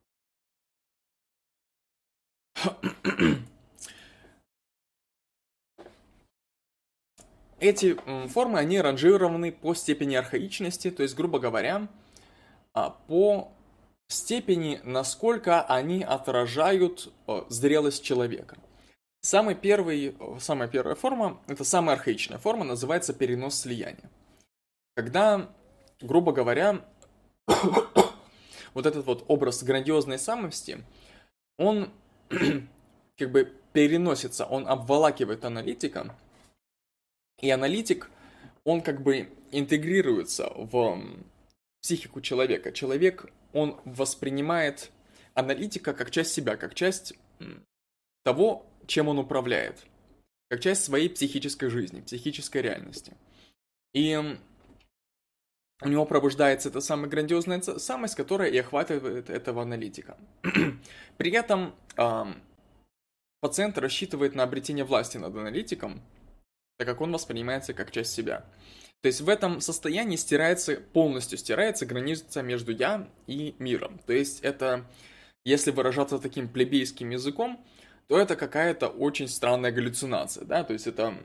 Эти формы, они ранжированы по степени архаичности, то есть, грубо говоря, по степени, насколько они отражают зрелость человека. Самый первый, самая первая форма, это самая архаичная форма, называется перенос слияния. Когда, грубо говоря, вот этот вот образ грандиозной самости, он как бы переносится, он обволакивает аналитика, и аналитик, он как бы интегрируется в психику человека. Человек, он воспринимает аналитика как часть себя, как часть того, чем он управляет, как часть своей психической жизни, психической реальности. И у него пробуждается эта самая грандиозная самость, которая и охватывает этого аналитика. При этом э, пациент рассчитывает на обретение власти над аналитиком, так как он воспринимается как часть себя. То есть в этом состоянии стирается, полностью стирается граница между я и миром. То есть это, если выражаться таким плебейским языком, то это какая-то очень странная галлюцинация, да, то есть это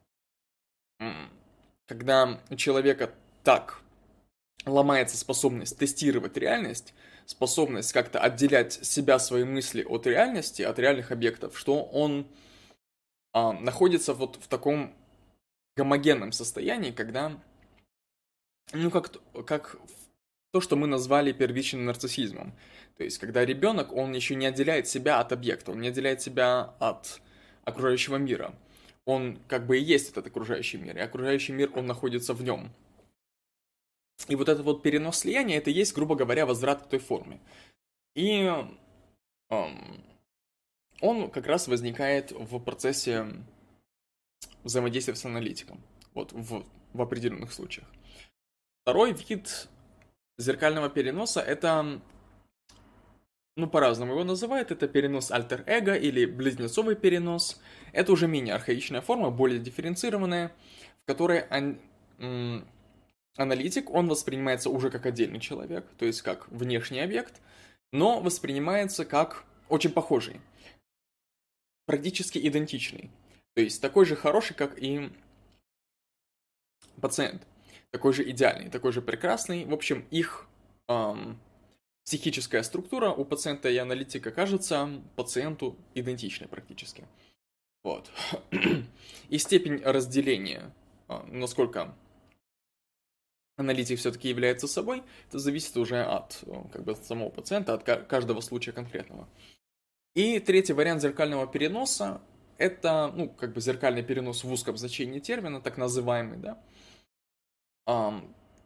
когда у человека так ломается способность тестировать реальность, способность как-то отделять себя, свои мысли от реальности, от реальных объектов, что он а, находится вот в таком гомогенном состоянии, когда, ну, как, как то, что мы назвали первичным нарциссизмом. То есть, когда ребенок, он еще не отделяет себя от объекта, он не отделяет себя от окружающего мира. Он как бы и есть этот окружающий мир, и окружающий мир, он находится в нем. И вот этот вот перенос слияния, это и есть, грубо говоря, возврат к той форме. И эм, он как раз возникает в процессе взаимодействия с аналитиком, вот в, в определенных случаях. Второй вид зеркального переноса, это, ну, по-разному его называют, это перенос альтер-эго или близнецовый перенос. Это уже менее архаичная форма, более дифференцированная, в которой ан- м- аналитик, он воспринимается уже как отдельный человек, то есть как внешний объект, но воспринимается как очень похожий, практически идентичный. То есть такой же хороший, как и пациент, такой же идеальный, такой же прекрасный. В общем, их эм, психическая структура у пациента и аналитика кажется пациенту идентичной практически. Вот. И степень разделения, э, насколько аналитик все-таки является собой, это зависит уже от, как бы, от самого пациента, от каждого случая конкретного. И третий вариант зеркального переноса, это, ну, как бы зеркальный перенос в узком значении термина, так называемый, да. Um,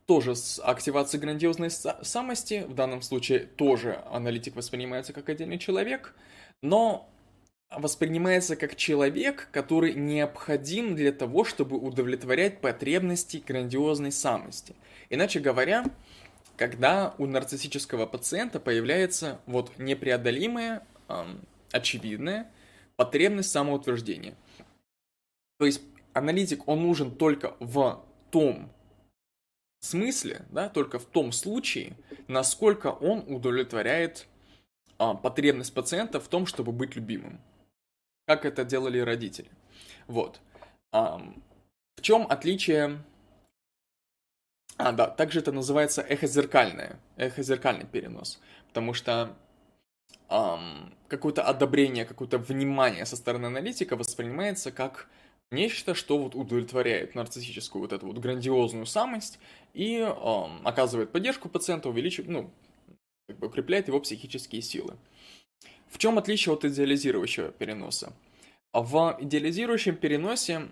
тоже с активацией грандиозной самости, в данном случае тоже аналитик воспринимается как отдельный человек, но воспринимается как человек, который необходим для того, чтобы удовлетворять потребности грандиозной самости. Иначе говоря, когда у нарциссического пациента появляется вот непреодолимая, эм, очевидная потребность самоутверждения. То есть аналитик, он нужен только в том смысле, да, только в том случае, насколько он удовлетворяет а, потребность пациента в том, чтобы быть любимым. Как это делали родители. Вот. А, в чем отличие... А, да, также это называется эхозеркальное, эхозеркальный перенос. Потому что ам, какое-то одобрение, какое-то внимание со стороны аналитика воспринимается как нечто, что вот удовлетворяет нарциссическую вот эту вот грандиозную самость и эм, оказывает поддержку пациенту, увеличивает, ну, как бы укрепляет его психические силы. В чем отличие от идеализирующего переноса? В идеализирующем переносе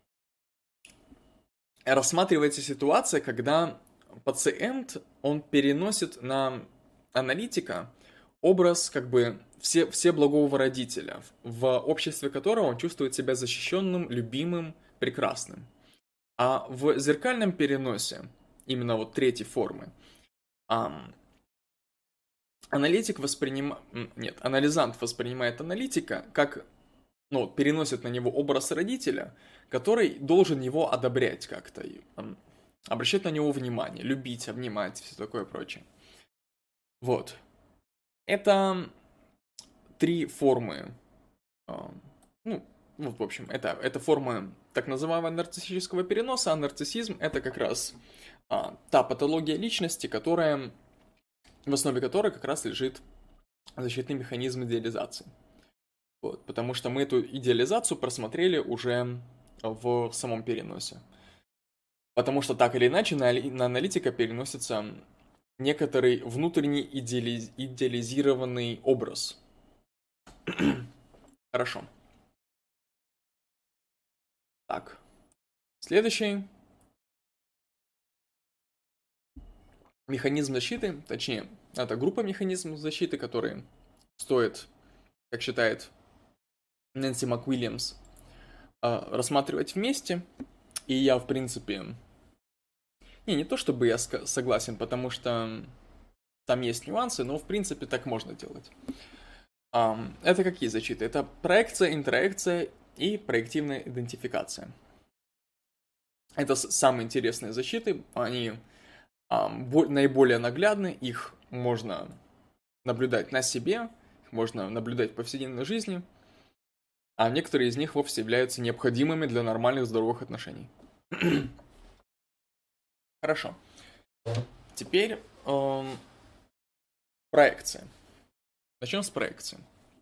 рассматривается ситуация, когда пациент, он переносит на аналитика образ как бы все, все благого родителя, в обществе которого он чувствует себя защищенным, любимым, прекрасным. А в зеркальном переносе, именно вот третьей формы, ам, аналитик воспринимает... Нет, анализант воспринимает аналитика как... Ну, переносит на него образ родителя, который должен его одобрять как-то, ам, обращать на него внимание, любить, обнимать, все такое прочее. Вот. Это три формы, ну, ну, в общем, это, это форма так называемого нарциссического переноса, а нарциссизм это как раз а, та патология личности, которая, в основе которой как раз лежит защитный механизм идеализации. Вот, потому что мы эту идеализацию просмотрели уже в самом переносе. Потому что так или иначе на, на аналитика переносится некоторый внутренний идеализ... идеализированный образ. Хорошо. Так. Следующий. Механизм защиты, точнее, это группа механизмов защиты, которые стоит, как считает Нэнси МакУильямс, рассматривать вместе. И я, в принципе... Не, не то чтобы я согласен, потому что там есть нюансы, но, в принципе, так можно делать. Это какие защиты? Это проекция, интеракция и проективная идентификация. Это самые интересные защиты, они наиболее наглядны, их можно наблюдать на себе, их можно наблюдать в повседневной жизни, а некоторые из них вовсе являются необходимыми для нормальных здоровых отношений. Хорошо. Теперь эм, проекция. Начнем с проекции.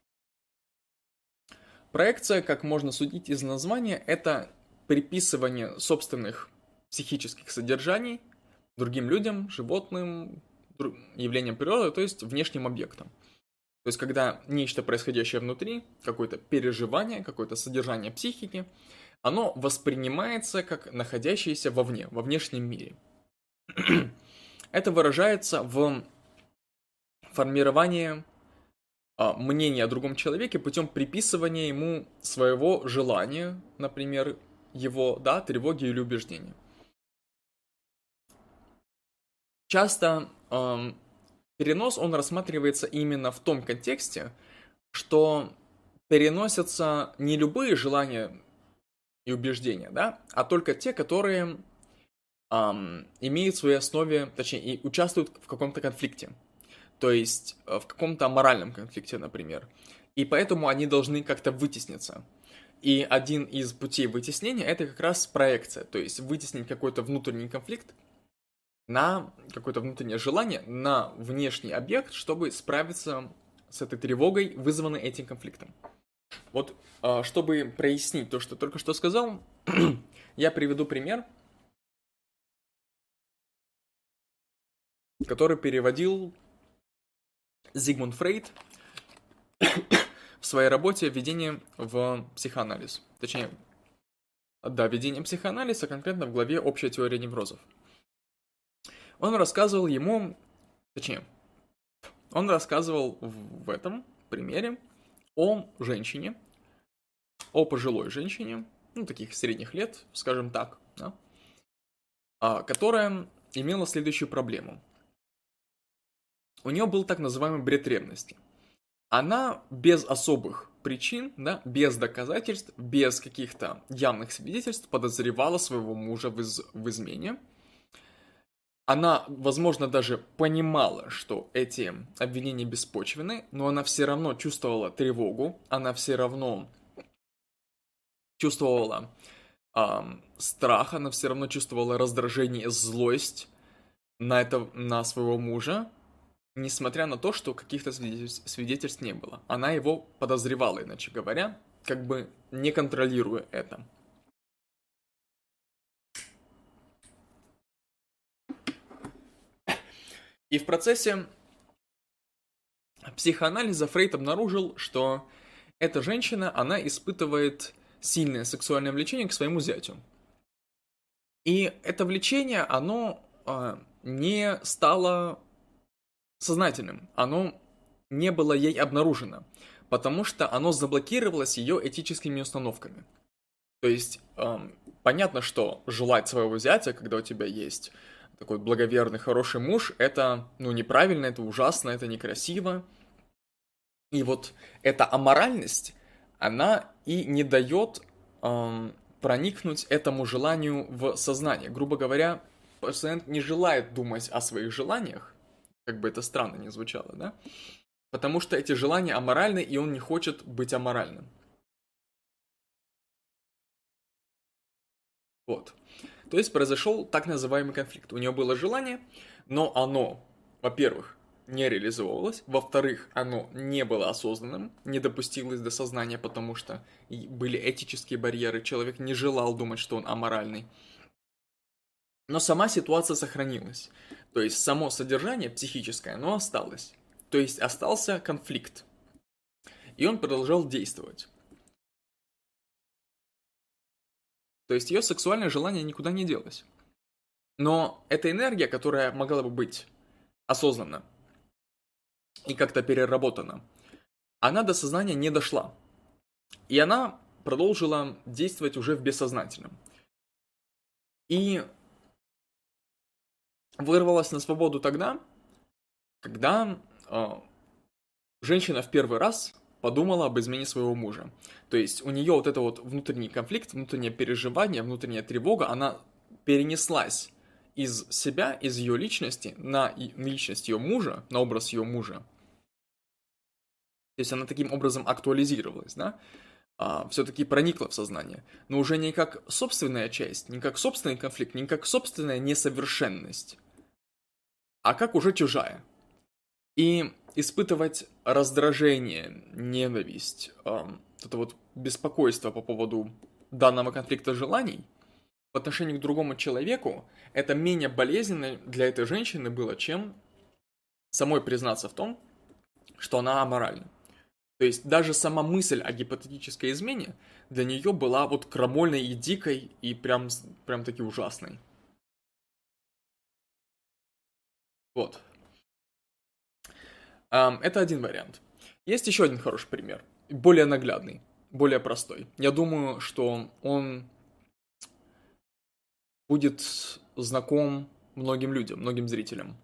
Проекция, как можно судить из названия, это приписывание собственных психических содержаний другим людям, животным, явлениям природы, то есть внешним объектам. То есть, когда нечто, происходящее внутри, какое-то переживание, какое-то содержание психики, оно воспринимается как находящееся вовне, во внешнем мире. Это выражается в формировании а, мнения о другом человеке путем приписывания ему своего желания, например, его, да, тревоги или убеждения. Часто эм, перенос, он рассматривается именно в том контексте, что переносятся не любые желания и убеждения, да, а только те, которые эм, имеют в своей основе, точнее, и участвуют в каком-то конфликте. То есть в каком-то аморальном конфликте, например. И поэтому они должны как-то вытесниться. И один из путей вытеснения это как раз проекция. То есть вытеснить какой-то внутренний конфликт на какое-то внутреннее желание, на внешний объект, чтобы справиться с этой тревогой, вызванной этим конфликтом. Вот, чтобы прояснить то, что только что сказал, я приведу пример, который переводил Зигмунд Фрейд в своей работе «Введение в психоанализ». Точнее, да, «Введение в психоанализ», а конкретно в главе «Общая теория неврозов». Он рассказывал ему, точнее, он рассказывал в этом примере о женщине, о пожилой женщине, ну, таких средних лет, скажем так, да, которая имела следующую проблему. У нее был так называемый бред ревности. Она без особых причин, да, без доказательств, без каких-то явных свидетельств подозревала своего мужа в, из- в измене. Она, возможно, даже понимала, что эти обвинения беспочвены, но она все равно чувствовала тревогу, она все равно чувствовала эм, страх, она все равно чувствовала раздражение, злость на, это, на своего мужа, несмотря на то, что каких-то свидетельств, свидетельств не было. Она его подозревала, иначе говоря, как бы не контролируя это. И в процессе психоанализа Фрейд обнаружил, что эта женщина, она испытывает сильное сексуальное влечение к своему зятю. И это влечение, оно э, не стало сознательным, оно не было ей обнаружено, потому что оно заблокировалось ее этическими установками. То есть, эм, понятно, что желать своего зятя, когда у тебя есть такой благоверный, хороший муж, это, ну, неправильно, это ужасно, это некрасиво. И вот эта аморальность, она и не дает эм, проникнуть этому желанию в сознание. Грубо говоря, пациент не желает думать о своих желаниях, как бы это странно ни звучало, да? Потому что эти желания аморальны, и он не хочет быть аморальным. Вот. То есть произошел так называемый конфликт. У нее было желание, но оно, во-первых, не реализовывалось, во-вторых, оно не было осознанным, не допустилось до сознания, потому что были этические барьеры, человек не желал думать, что он аморальный. Но сама ситуация сохранилась. То есть само содержание психическое, оно осталось. То есть остался конфликт. И он продолжал действовать. То есть ее сексуальное желание никуда не делось. Но эта энергия, которая могла бы быть осознанна и как-то переработана, она до сознания не дошла. И она продолжила действовать уже в бессознательном. И вырвалась на свободу тогда, когда э, женщина в первый раз подумала об измене своего мужа. То есть у нее вот это вот внутренний конфликт, внутреннее переживание, внутренняя тревога, она перенеслась из себя, из ее личности на личность ее мужа, на образ ее мужа. То есть она таким образом актуализировалась, да? А, все-таки проникла в сознание. Но уже не как собственная часть, не как собственный конфликт, не как собственная несовершенность, а как уже чужая. И испытывать раздражение, ненависть, э, это вот беспокойство по поводу данного конфликта желаний по отношению к другому человеку, это менее болезненно для этой женщины было, чем самой признаться в том, что она аморальна. То есть даже сама мысль о гипотетической измене для нее была вот крамольной и дикой, и прям, прям таки ужасной. Вот. Это один вариант. Есть еще один хороший пример, более наглядный, более простой. Я думаю, что он будет знаком многим людям, многим зрителям.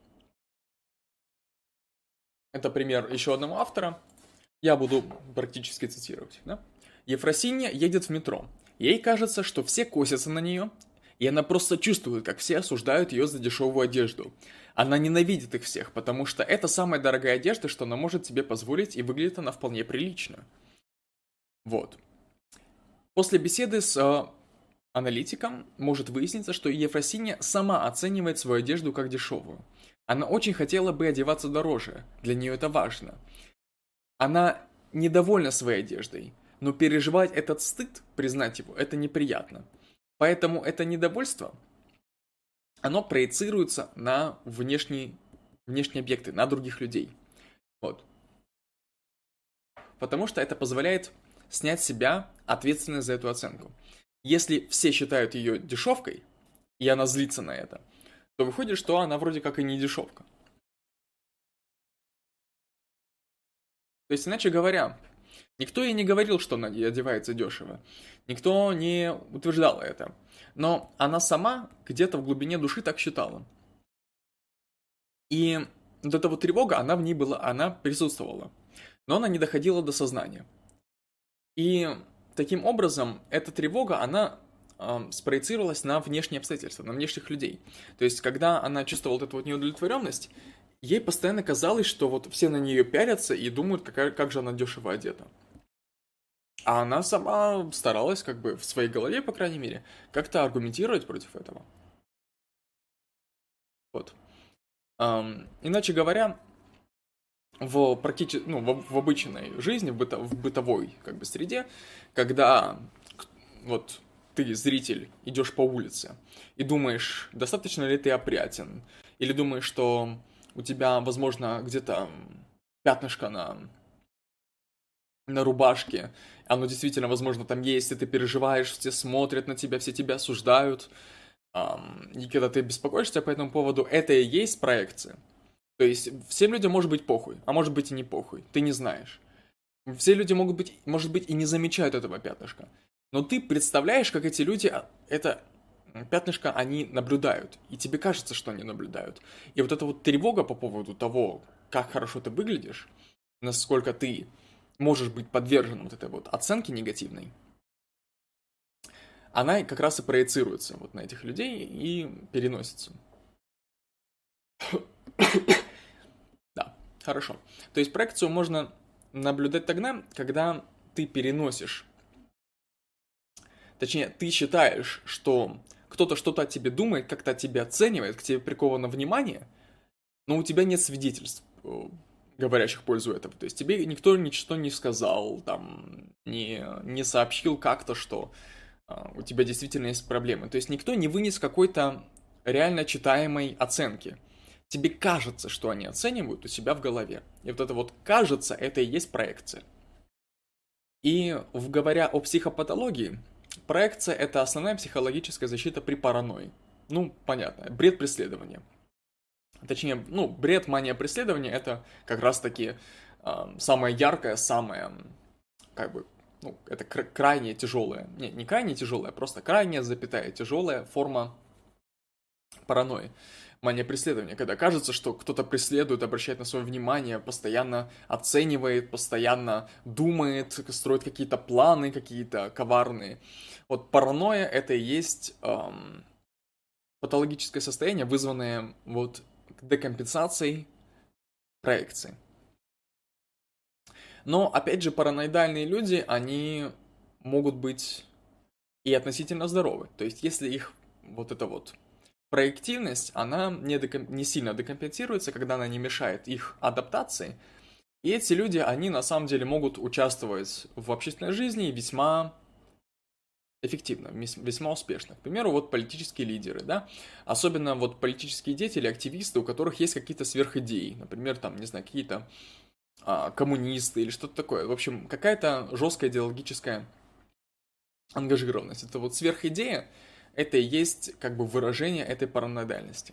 Это пример еще одного автора. Я буду практически цитировать. Да? Ефросинья едет в метро. Ей кажется, что все косятся на нее, и она просто чувствует, как все осуждают ее за дешевую одежду. Она ненавидит их всех, потому что это самая дорогая одежда, что она может себе позволить, и выглядит она вполне прилично. Вот. После беседы с э, аналитиком может выясниться, что Ефросинья сама оценивает свою одежду как дешевую. Она очень хотела бы одеваться дороже, для нее это важно. Она недовольна своей одеждой, но переживать этот стыд, признать его, это неприятно. Поэтому это недовольство, оно проецируется на внешние, внешние объекты, на других людей. Вот. Потому что это позволяет снять с себя ответственность за эту оценку. Если все считают ее дешевкой, и она злится на это, то выходит, что она вроде как и не дешевка. То есть, иначе говоря, никто ей не говорил, что она одевается дешево. Никто не утверждал это. Но она сама где-то в глубине души так считала. И вот эта вот тревога, она в ней была, она присутствовала. Но она не доходила до сознания. И таким образом, эта тревога, она э, спроецировалась на внешние обстоятельства, на внешних людей. То есть, когда она чувствовала вот эту вот неудовлетворенность, ей постоянно казалось, что вот все на нее пялятся и думают, какая, как же она дешево одета. А она сама старалась, как бы, в своей голове, по крайней мере, как-то аргументировать против этого. Вот. Эм, иначе говоря, в практически, ну, в, в обычной жизни, в, быто, в бытовой, как бы, среде, когда вот ты, зритель, идешь по улице и думаешь, достаточно ли ты опрятен, или думаешь, что у тебя, возможно, где-то пятнышко на, на рубашке, оно действительно, возможно, там есть, и ты переживаешь, все смотрят на тебя, все тебя осуждают, и когда ты беспокоишься по этому поводу, это и есть проекция. То есть всем людям может быть похуй, а может быть и не похуй, ты не знаешь. Все люди могут быть, может быть, и не замечают этого пятнышка. Но ты представляешь, как эти люди это пятнышко, они наблюдают. И тебе кажется, что они наблюдают. И вот эта вот тревога по поводу того, как хорошо ты выглядишь, насколько ты можешь быть подвержен вот этой вот оценке негативной, она как раз и проецируется вот на этих людей и переносится. Да, хорошо. То есть проекцию можно наблюдать тогда, когда ты переносишь, точнее, ты считаешь, что кто-то что-то о тебе думает, как-то тебя оценивает, к тебе приковано внимание, но у тебя нет свидетельств, говорящих в пользу этого. То есть тебе никто ничего не сказал, там, не, не сообщил как-то, что uh, у тебя действительно есть проблемы. То есть никто не вынес какой-то реально читаемой оценки. Тебе кажется, что они оценивают у себя в голове. И вот это вот «кажется» — это и есть проекция. И говоря о психопатологии, проекция — это основная психологическая защита при паранойи. Ну, понятно, бред преследования. Точнее, ну, бред, мания преследования — это как раз-таки э, самое яркое, самое, как бы, ну, это кр- крайне тяжелая, не, не крайне тяжелая, просто крайне, запятая, тяжелая форма паранойи. Мания преследования, когда кажется, что кто-то преследует, обращает на свое внимание, постоянно оценивает, постоянно думает, строит какие-то планы, какие-то коварные. Вот паранойя — это и есть эм, патологическое состояние, вызванное вот декомпенсацией проекции. Но, опять же, параноидальные люди, они могут быть и относительно здоровы. То есть, если их вот это вот проективность, она не, деком... не сильно декомпенсируется, когда она не мешает их адаптации. И эти люди, они на самом деле могут участвовать в общественной жизни весьма эффективно, весьма успешно. К примеру, вот политические лидеры, да, особенно вот политические деятели, активисты, у которых есть какие-то сверхидеи, например, там, не знаю, какие-то а, коммунисты или что-то такое. В общем, какая-то жесткая идеологическая ангажированность. Это вот сверхидея, это и есть как бы выражение этой параноидальности.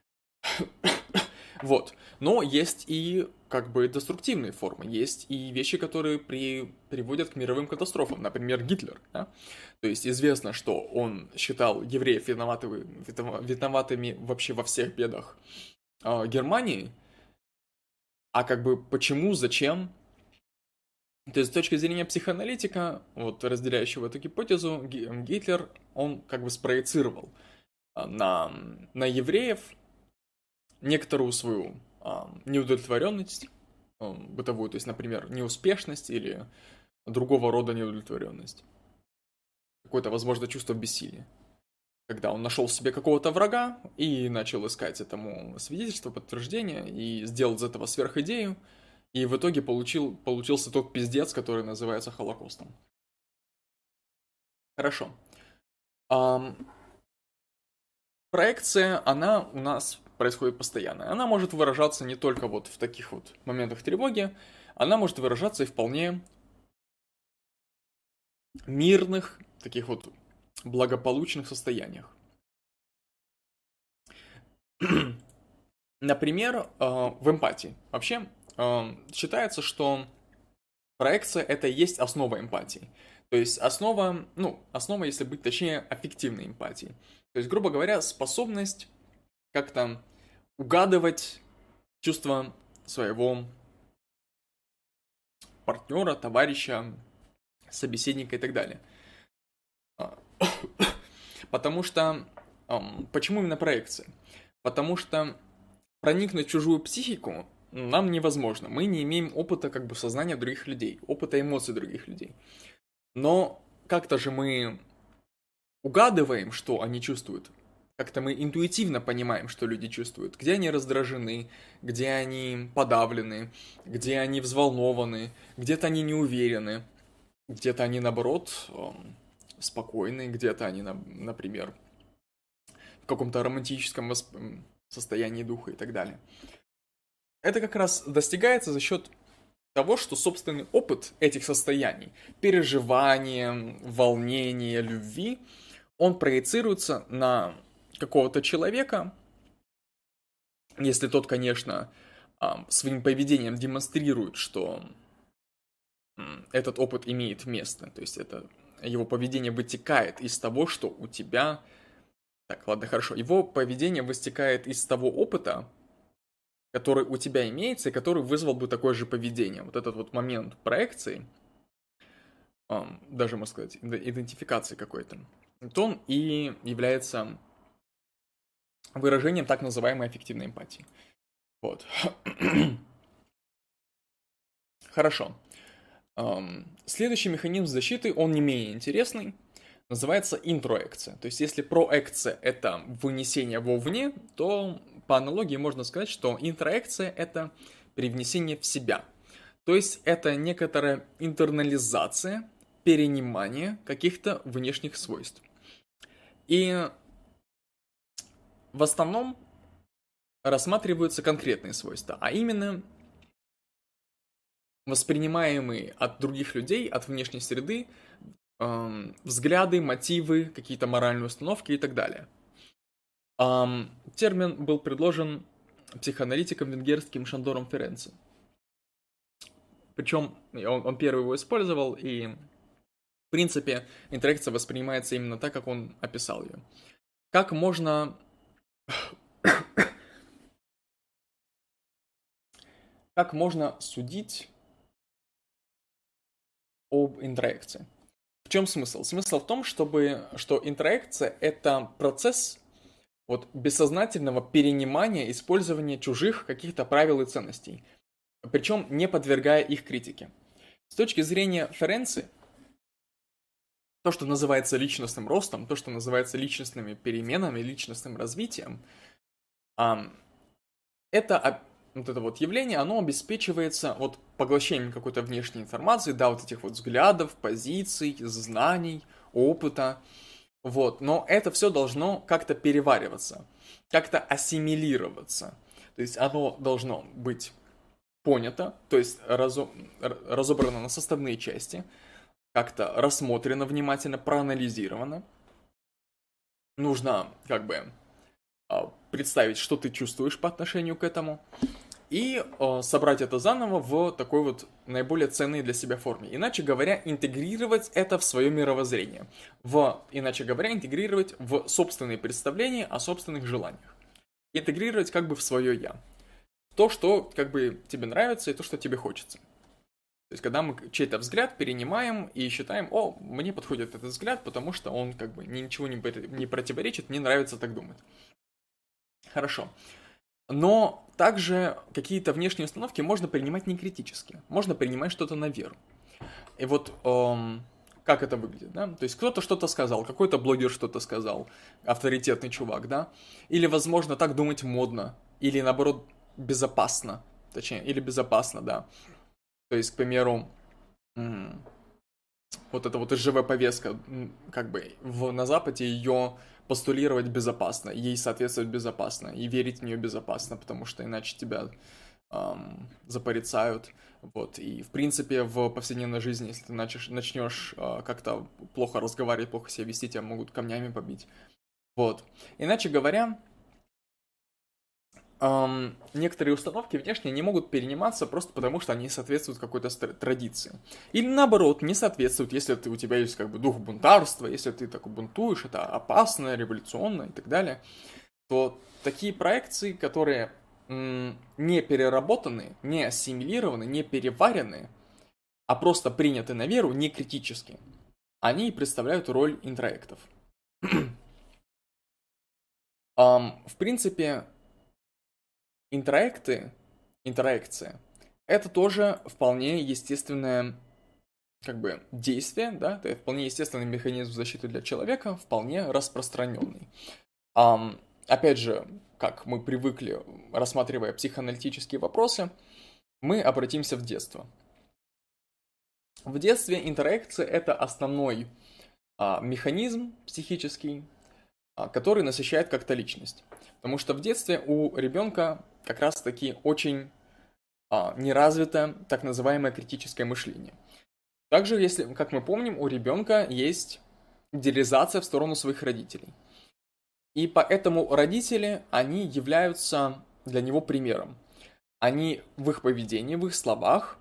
Вот. Но есть и как бы деструктивные формы, есть и вещи, которые при... приводят к мировым катастрофам, например, Гитлер. Да? То есть известно, что он считал евреев виноватыми, виноватыми вообще во всех бедах э, Германии, а как бы почему, зачем? То есть с точки зрения психоаналитика, вот разделяющего эту гипотезу, Гитлер, он как бы спроецировал на, на евреев некоторую свою а, неудовлетворенность а, бытовую, то есть, например, неуспешность или другого рода неудовлетворенность. Какое-то, возможно, чувство бессилия. Когда он нашел себе какого-то врага и начал искать этому свидетельство, подтверждение, и сделал из этого сверхидею, и в итоге получил, получился тот пиздец, который называется Холокостом. Хорошо. А, проекция, она у нас происходит постоянно. Она может выражаться не только вот в таких вот моментах тревоги, она может выражаться и вполне мирных, таких вот благополучных состояниях. Например, э, в эмпатии. Вообще, э, считается, что проекция — это и есть основа эмпатии. То есть основа, ну, основа, если быть точнее, аффективной эмпатии. То есть, грубо говоря, способность как-то угадывать чувства своего партнера, товарища, собеседника и так далее. А, Потому что... ам, Почему именно проекция? Потому что проникнуть в чужую психику нам невозможно. Мы не имеем опыта как бы сознания других людей, опыта эмоций других людей. Но как-то же мы угадываем, что они чувствуют. Как-то мы интуитивно понимаем, что люди чувствуют. Где они раздражены, где они подавлены, где они взволнованы, где-то они не уверены, где-то они, наоборот, эм, спокойны, где-то они, на- например, в каком-то романтическом восп- м, состоянии духа и так далее. Это как раз достигается за счет того, что собственный опыт этих состояний, переживания, волнения, любви, он проецируется на какого-то человека, если тот, конечно, ам, своим поведением демонстрирует, что м, этот опыт имеет место, то есть это его поведение вытекает из того, что у тебя... Так, ладно, хорошо. Его поведение вытекает из того опыта, который у тебя имеется и который вызвал бы такое же поведение. Вот этот вот момент проекции, ам, даже, можно сказать, иде- идентификации какой-то, то он и является выражением так называемой аффективной эмпатии. Вот. Хорошо. Ам, Следующий механизм защиты, он не менее интересный, называется интроекция. То есть, если проекция — это вынесение вовне, то по аналогии можно сказать, что интроекция — это привнесение в себя. То есть, это некоторая интернализация, перенимание каких-то внешних свойств. И в основном рассматриваются конкретные свойства, а именно воспринимаемые от других людей, от внешней среды, эм, взгляды, мотивы, какие-то моральные установки и так далее. Ам, термин был предложен психоаналитиком венгерским Шандором Ференци. Причем он, он первый его использовал, и в принципе интеракция воспринимается именно так, как он описал ее. Как можно, как можно судить об интеракции? В чем смысл? Смысл в том, чтобы, что интеракция — это процесс вот бессознательного перенимания, использования чужих каких-то правил и ценностей, причем не подвергая их критике. С точки зрения Ференци, то, что называется личностным ростом, то, что называется личностными переменами, личностным развитием, это вот это вот явление, оно обеспечивается вот поглощением какой-то внешней информации, да, вот этих вот взглядов, позиций, знаний, опыта, вот, но это все должно как-то перевариваться, как-то ассимилироваться, то есть оно должно быть понято, то есть разо... разобрано на составные части, как-то рассмотрено внимательно, проанализировано, нужно как бы а, представить, что ты чувствуешь по отношению к этому, и э, собрать это заново в такой вот наиболее ценной для себя форме. Иначе говоря, интегрировать это в свое мировоззрение. В, иначе говоря, интегрировать в собственные представления о собственных желаниях. Интегрировать как бы в свое «я». То, что как бы тебе нравится и то, что тебе хочется. То есть, когда мы чей-то взгляд перенимаем и считаем, о, мне подходит этот взгляд, потому что он как бы ничего не, не противоречит, мне нравится так думать. Хорошо. Но также какие-то внешние установки можно принимать не критически. Можно принимать что-то на веру. И вот эм, как это выглядит, да? То есть кто-то что-то сказал, какой-то блогер что-то сказал, авторитетный чувак, да? Или, возможно, так думать модно, или, наоборот, безопасно. Точнее, или безопасно, да. То есть, к примеру, м- вот эта вот ИЖВ-повестка, как бы в, на Западе ее постулировать безопасно, ей соответствовать безопасно, и верить в нее безопасно, потому что иначе тебя эм, запорицают, вот, и в принципе в повседневной жизни, если ты начнешь, начнешь э, как-то плохо разговаривать, плохо себя вести, тебя могут камнями побить, вот, иначе говоря, эм, некоторые установки внешние не могут перениматься просто потому, что они соответствуют какой-то стр- традиции. Или наоборот, не соответствуют, если ты, у тебя есть как бы дух бунтарства, если ты так бунтуешь, это опасно, революционно и так далее, то такие проекции, которые м, не переработаны, не ассимилированы, не переварены, а просто приняты на веру, не критически, они и представляют роль интроектов. Ам, в принципе, интроекты, интеракция, это тоже вполне естественное как бы действие, да, это вполне естественный механизм защиты для человека, вполне распространенный. Ам, опять же, как мы привыкли, рассматривая психоаналитические вопросы, мы обратимся в детство. В детстве интеракция — это основной а, механизм психический, а, который насыщает как-то личность. Потому что в детстве у ребенка как раз-таки очень а, неразвито так называемое критическое мышление. Также, если, как мы помним, у ребенка есть идеализация в сторону своих родителей. И поэтому родители, они являются для него примером. Они в их поведении, в их словах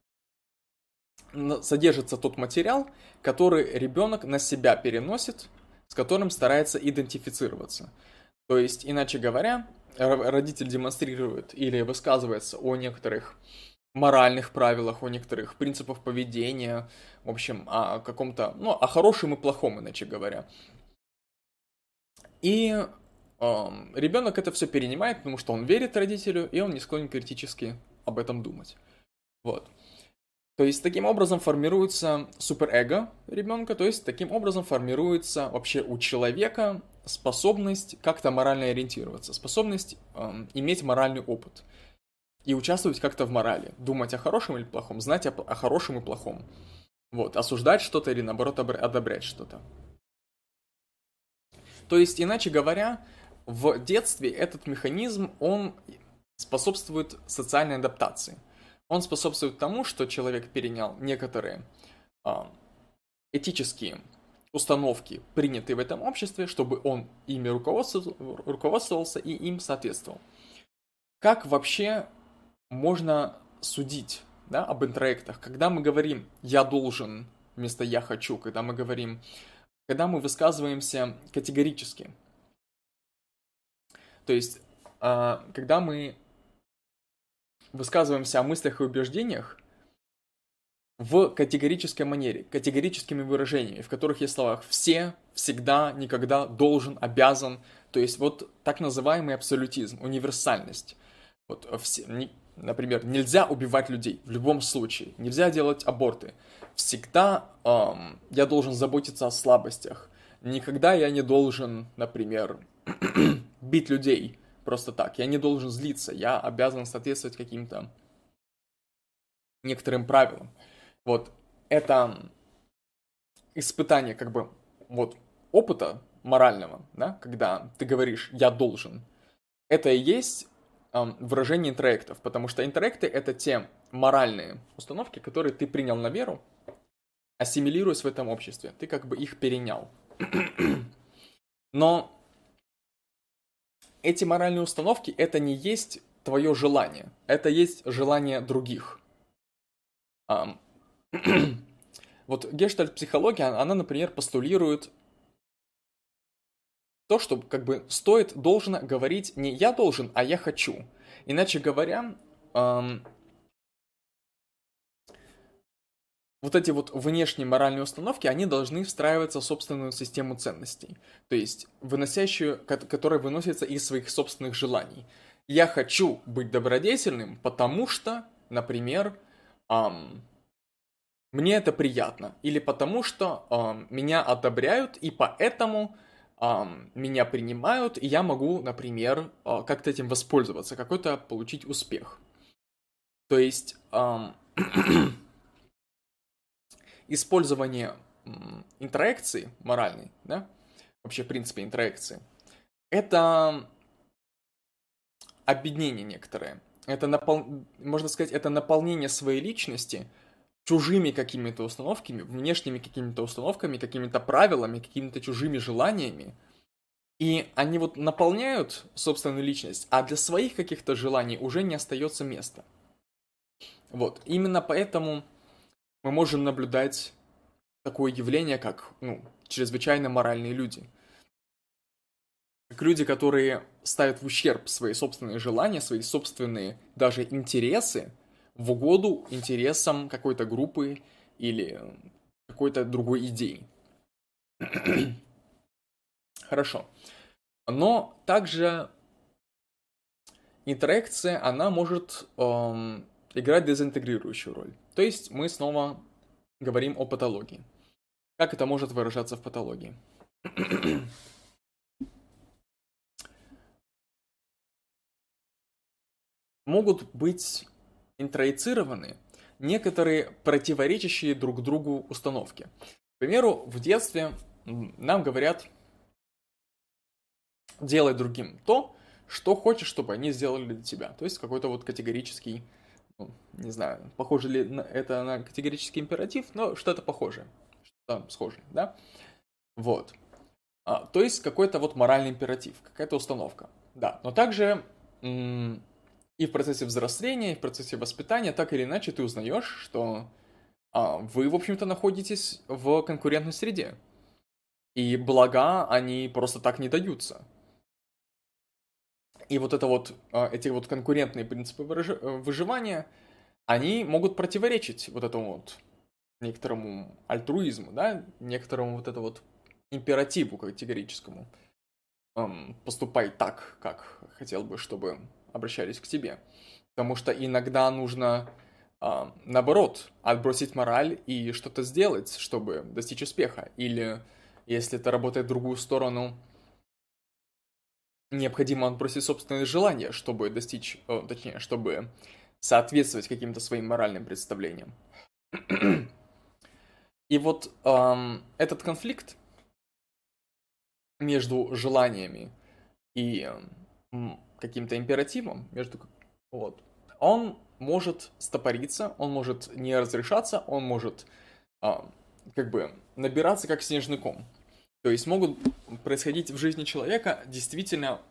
содержится тот материал, который ребенок на себя переносит, с которым старается идентифицироваться. То есть, иначе говоря, родитель демонстрирует или высказывается о некоторых моральных правилах, о некоторых принципах поведения, в общем, о каком-то, ну, о хорошем и плохом, иначе говоря. И э, ребенок это все перенимает, потому что он верит родителю, и он не склонен критически об этом думать. Вот. То есть таким образом формируется суперэго ребенка, то есть таким образом формируется вообще у человека способность как-то морально ориентироваться, способность э, иметь моральный опыт и участвовать как-то в морали, думать о хорошем или плохом, знать о, о хорошем и плохом, вот, осуждать что-то или наоборот одобрять что-то. То есть, иначе говоря, в детстве этот механизм, он способствует социальной адаптации. Он способствует тому, что человек перенял некоторые а, этические установки, принятые в этом обществе, чтобы он ими руководствовался, руководствовался и им соответствовал. Как вообще можно судить, да, об интроектах? Когда мы говорим «я должен» вместо «я хочу», когда мы говорим, когда мы высказываемся категорически, то есть, а, когда мы высказываемся о мыслях и убеждениях в категорической манере, категорическими выражениями, в которых есть слова «все», «всегда», «никогда», «должен», «обязан». То есть вот так называемый абсолютизм, универсальность. Вот, все, не, например, нельзя убивать людей в любом случае, нельзя делать аборты. Всегда эм, я должен заботиться о слабостях. Никогда я не должен, например, бить людей просто так. Я не должен злиться, я обязан соответствовать каким-то некоторым правилам. Вот это испытание как бы вот опыта морального, да, когда ты говоришь «я должен», это и есть эм, выражение интроектов, потому что интроекты — это те моральные установки, которые ты принял на веру, ассимилируясь в этом обществе, ты как бы их перенял. Но эти моральные установки — это не есть твое желание, это есть желание других. Um, вот гештальт-психология, она, например, постулирует то, что как бы стоит, должно говорить не «я должен», а «я хочу». Иначе говоря, эм, вот эти вот внешние моральные установки, они должны встраиваться в собственную систему ценностей, то есть выносящую, которая выносится из своих собственных желаний. Я хочу быть добродетельным, потому что, например, эм, мне это приятно, или потому что эм, меня одобряют, и поэтому эм, меня принимают, и я могу, например, э, как-то этим воспользоваться, какой-то получить успех. То есть эм, использование м, интроекции моральной, да, вообще в принципе интроекции, это объединение некоторое. Это, напол... можно сказать, это наполнение своей личности чужими какими-то установками, внешними какими-то установками, какими-то правилами, какими-то чужими желаниями, И они вот наполняют собственную личность, а для своих каких-то желаний уже не остается места. Вот, именно поэтому мы можем наблюдать такое явление, как, ну, чрезвычайно моральные люди. Как люди, которые ставят в ущерб свои собственные желания, свои собственные даже интересы в угоду интересам какой-то группы или какой-то другой идеи. Хорошо. Но также интеракция, она может эм, играть дезинтегрирующую роль. То есть мы снова говорим о патологии. Как это может выражаться в патологии? Могут быть интроицированы некоторые противоречащие друг другу установки. К примеру, в детстве нам говорят делай другим то, что хочешь, чтобы они сделали для тебя. То есть какой-то вот категорический, ну, не знаю, похоже ли это на категорический императив, но что-то похожее, что-то схожее, да? Вот. А, то есть какой-то вот моральный императив, какая-то установка. Да, но также м- и в процессе взросления, и в процессе воспитания, так или иначе ты узнаешь, что а, вы, в общем-то, находитесь в конкурентной среде. И блага, они просто так не даются. И вот это вот, эти вот конкурентные принципы выживания, они могут противоречить вот этому вот некоторому альтруизму, да, некоторому вот это вот императиву категорическому. Поступай так, как хотел бы, чтобы обращались к тебе. Потому что иногда нужно, наоборот, отбросить мораль и что-то сделать, чтобы достичь успеха. Или, если это работает в другую сторону, необходимо отбросить собственные желания, чтобы достичь, о, точнее, чтобы соответствовать каким-то своим моральным представлениям. И вот эм, этот конфликт между желаниями и эм, каким-то императивом, между, вот, он может стопориться, он может не разрешаться, он может эм, как бы набираться как снежный ком. То есть могут происходить в жизни человека действительно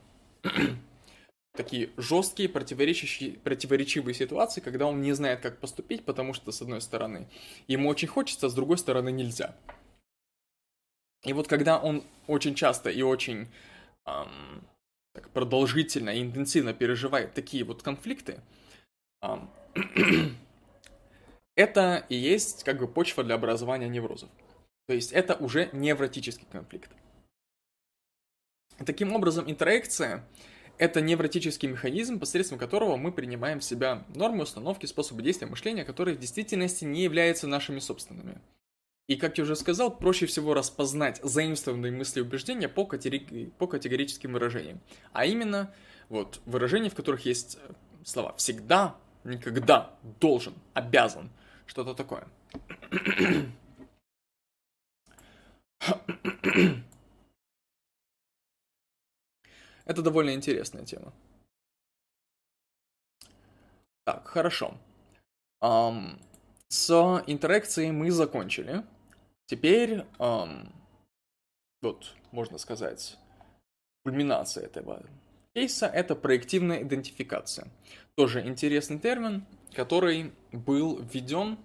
такие жесткие, противоречащие, противоречивые ситуации, когда он не знает, как поступить, потому что, с одной стороны, ему очень хочется, а с другой стороны, нельзя. И вот когда он очень часто и очень эм, так, продолжительно и интенсивно переживает такие вот конфликты, эм, это и есть как бы почва для образования неврозов. То есть это уже невротический конфликт. Таким образом, интеракция – это невротический механизм, посредством которого мы принимаем в себя нормы, установки, способы действия, мышления, которые в действительности не являются нашими собственными. И, как я уже сказал, проще всего распознать заимствованные мысли и убеждения по, категори... по категорическим выражениям. А именно, вот, выражения, в которых есть слова «всегда», «никогда», «должен», «обязан», что-то такое. Это довольно интересная тема. Так, хорошо. Um, с интеракцией мы закончили. Теперь, um, вот, можно сказать, кульминация этого кейса – это проективная идентификация. Тоже интересный термин, который был введен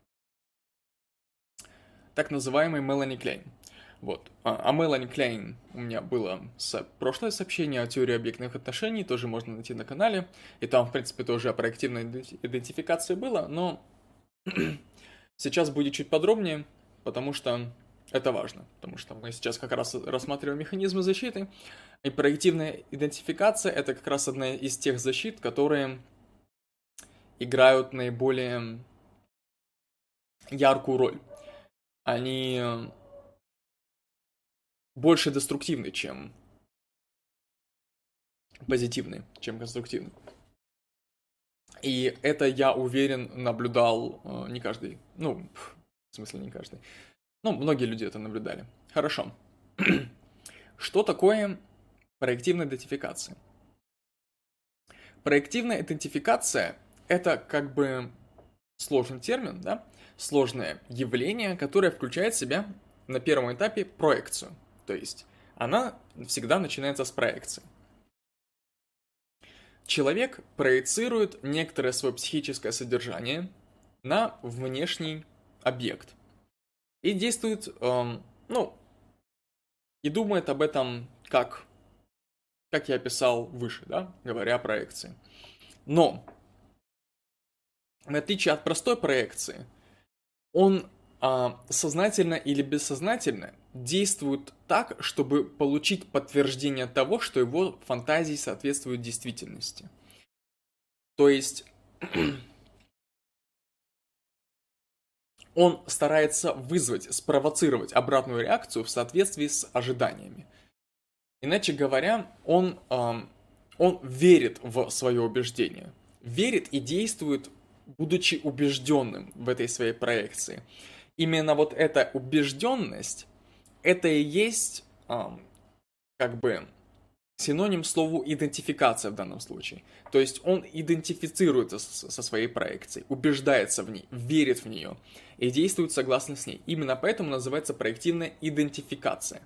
так называемой Мелани Клейн. Вот. А Мелани Клейн у меня было с прошлое сообщение о теории объектных отношений, тоже можно найти на канале. И там, в принципе, тоже о проективной идентификации было, но сейчас будет чуть подробнее, потому что это важно. Потому что мы сейчас как раз рассматриваем механизмы защиты, и проективная идентификация – это как раз одна из тех защит, которые играют наиболее яркую роль. Они больше деструктивны, чем позитивны, чем конструктивны. И это, я уверен, наблюдал э, не каждый. Ну, в смысле не каждый. Ну, многие люди это наблюдали. Хорошо. Что такое проективная идентификация? Проективная идентификация – это как бы сложный термин, да? Сложное явление, которое включает в себя на первом этапе проекцию. То есть она всегда начинается с проекции. Человек проецирует некоторое свое психическое содержание на внешний объект. И действует, эм, ну, и думает об этом как, как я описал выше, да, говоря о проекции. Но, в отличие от простой проекции, он а, сознательно или бессознательно действует так, чтобы получить подтверждение того, что его фантазии соответствуют действительности. То есть он старается вызвать, спровоцировать обратную реакцию в соответствии с ожиданиями. Иначе говоря, он, эм, он верит в свое убеждение. Верит и действует, будучи убежденным в этой своей проекции. Именно вот эта убежденность, это и есть, эм, как бы, синоним слову идентификация в данном случае. То есть он идентифицируется со своей проекцией, убеждается в ней, верит в нее и действует согласно с ней. Именно поэтому называется проективная идентификация.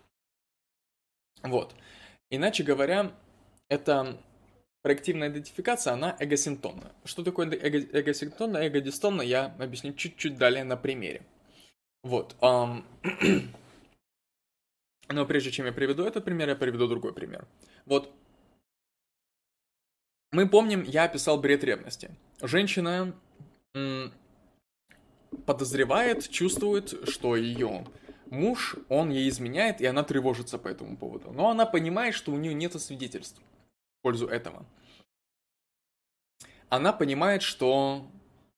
Вот. Иначе говоря, эта проективная идентификация, она эгосинтонна. Что такое эго- эгосинтонно, эгодистонно, я объясню чуть-чуть далее на примере. Вот. Но прежде чем я приведу этот пример, я приведу другой пример. Вот. Мы помним, я описал бред ревности. Женщина м- подозревает, чувствует, что ее муж, он ей изменяет, и она тревожится по этому поводу. Но она понимает, что у нее нет свидетельств в пользу этого. Она понимает, что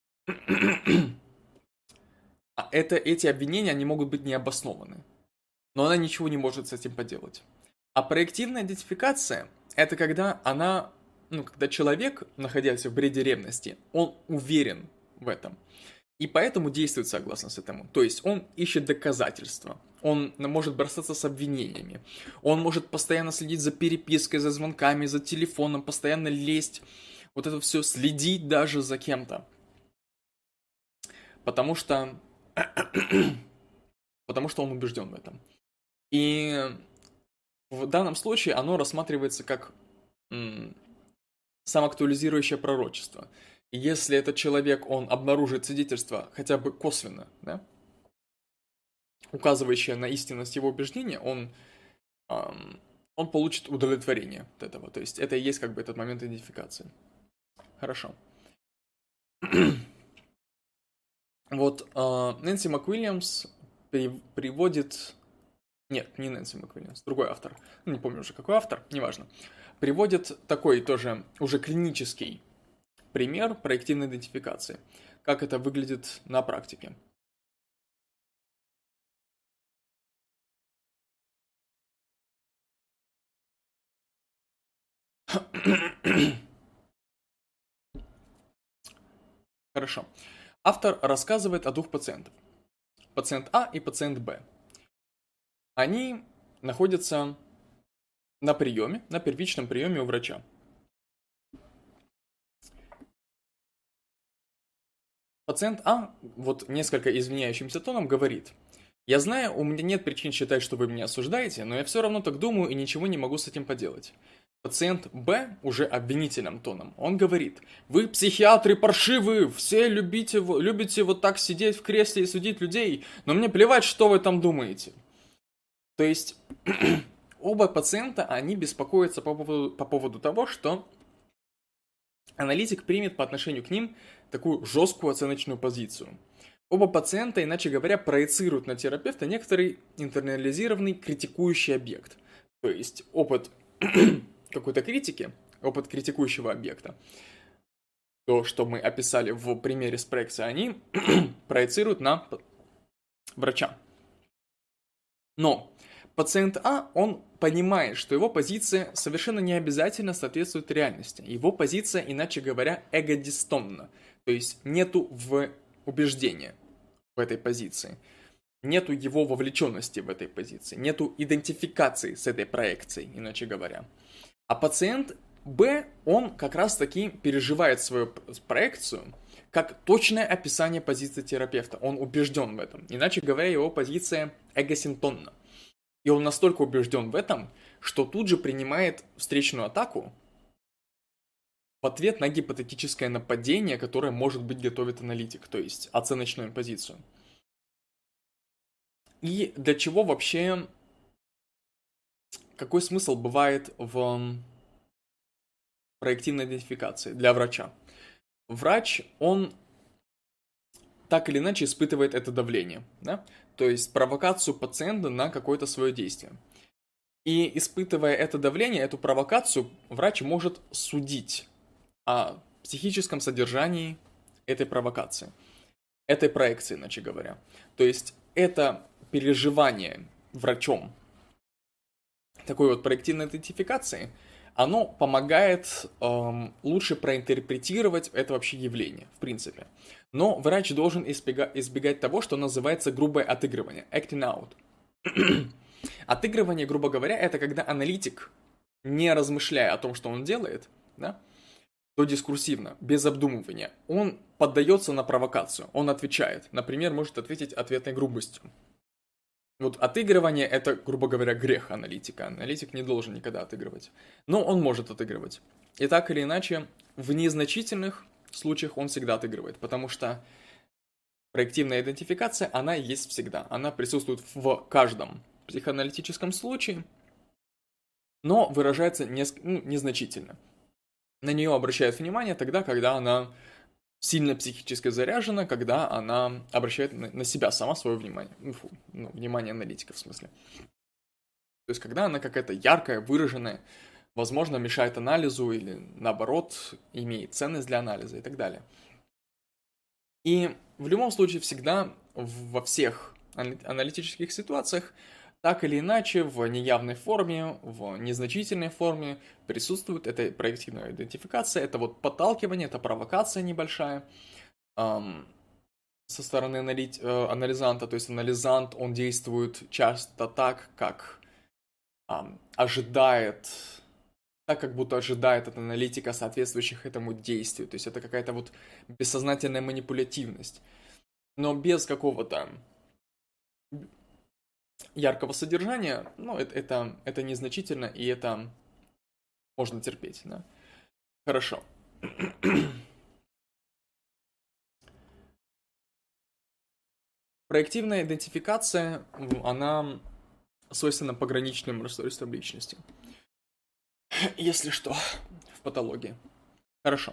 это, эти обвинения, они могут быть необоснованы. Но она ничего не может с этим поделать. А проективная идентификация – это когда она, ну, когда человек, находясь в бреде ревности, он уверен в этом. И поэтому действует согласно с этому. То есть он ищет доказательства. Он может бросаться с обвинениями. Он может постоянно следить за перепиской, за звонками, за телефоном, постоянно лезть. Вот это все, следить даже за кем-то. Потому что... Потому что он убежден в этом. И в данном случае оно рассматривается как м, самоактуализирующее пророчество. И если этот человек, он обнаружит свидетельство хотя бы косвенно, да, указывающее на истинность его убеждения, он, эм, он получит удовлетворение от этого. То есть это и есть как бы этот момент идентификации. Хорошо. Вот э, Нэнси МакУильямс при, приводит... Нет, не Нэнси МакУильямс, другой автор. Не помню уже, какой автор, неважно. Приводит такой тоже уже клинический пример проективной идентификации. Как это выглядит на практике. Хорошо. Автор рассказывает о двух пациентах. Пациент А и пациент Б. Они находятся на приеме, на первичном приеме у врача. Пациент А, вот несколько извиняющимся тоном, говорит: «Я знаю, у меня нет причин считать, что вы меня осуждаете, но я все равно так думаю и ничего не могу с этим поделать». Пациент Б, уже обвинительным тоном, он говорит: «Вы психиатры паршивые, все любите, любите вот так сидеть в кресле и судить людей, но мне плевать, что вы там думаете». То есть оба пациента, они беспокоятся по поводу, по поводу того, что аналитик примет по отношению к ним такую жесткую оценочную позицию. Оба пациента, иначе говоря, проецируют на терапевта некоторый интернализированный критикующий объект. То есть опыт какой-то критики, опыт критикующего объекта, то, что мы описали в примере с проекцией, они проецируют на врача. Но пациент А, он понимает, что его позиция совершенно не обязательно соответствует реальности. Его позиция, иначе говоря, эгодистонна. То есть нету в убеждения в этой позиции. Нету его вовлеченности в этой позиции. Нету идентификации с этой проекцией, иначе говоря. А пациент Б, он как раз таки переживает свою проекцию как точное описание позиции терапевта. Он убежден в этом. Иначе говоря, его позиция эгосинтонна. И он настолько убежден в этом, что тут же принимает встречную атаку в ответ на гипотетическое нападение, которое, может быть, готовит аналитик, то есть оценочную позицию. И для чего вообще, какой смысл бывает в проективной идентификации для врача? Врач, он так или иначе испытывает это давление, да? То есть провокацию пациента на какое-то свое действие. И испытывая это давление, эту провокацию, врач может судить о психическом содержании этой провокации, этой проекции, иначе говоря. То есть это переживание врачом такой вот проективной идентификации, оно помогает эм, лучше проинтерпретировать это вообще явление, в принципе. Но врач должен избега- избегать того, что называется грубое отыгрывание, acting out. Отыгрывание, грубо говоря, это когда аналитик, не размышляя о том, что он делает, да, то дискурсивно, без обдумывания, он поддается на провокацию, он отвечает. Например, может ответить ответной грубостью. Вот отыгрывание — это, грубо говоря, грех аналитика. Аналитик не должен никогда отыгрывать. Но он может отыгрывать. И так или иначе, в незначительных случаях он всегда отыгрывает, потому что проективная идентификация, она есть всегда. Она присутствует в каждом психоаналитическом случае, но выражается неск... ну, незначительно. На нее обращают внимание тогда, когда она сильно психически заряжена, когда она обращает на, на себя сама свое внимание. Ну, фу, ну, внимание аналитика в смысле. То есть, когда она какая-то яркая, выраженная, возможно, мешает анализу или, наоборот, имеет ценность для анализа и так далее. И в любом случае всегда во всех аналитических ситуациях так или иначе, в неявной форме, в незначительной форме присутствует эта проективная идентификация, это вот подталкивание, это провокация небольшая эм, со стороны аналит, э, анализанта, то есть анализант, он действует часто так, как эм, ожидает, так как будто ожидает от аналитика соответствующих этому действию, то есть это какая-то вот бессознательная манипулятивность, но без какого-то яркого содержания, ну, это, это, это незначительно, и это можно терпеть, да. Хорошо. Проективная идентификация, она свойственна пограничным расстройствам личности. Если что, в патологии. Хорошо.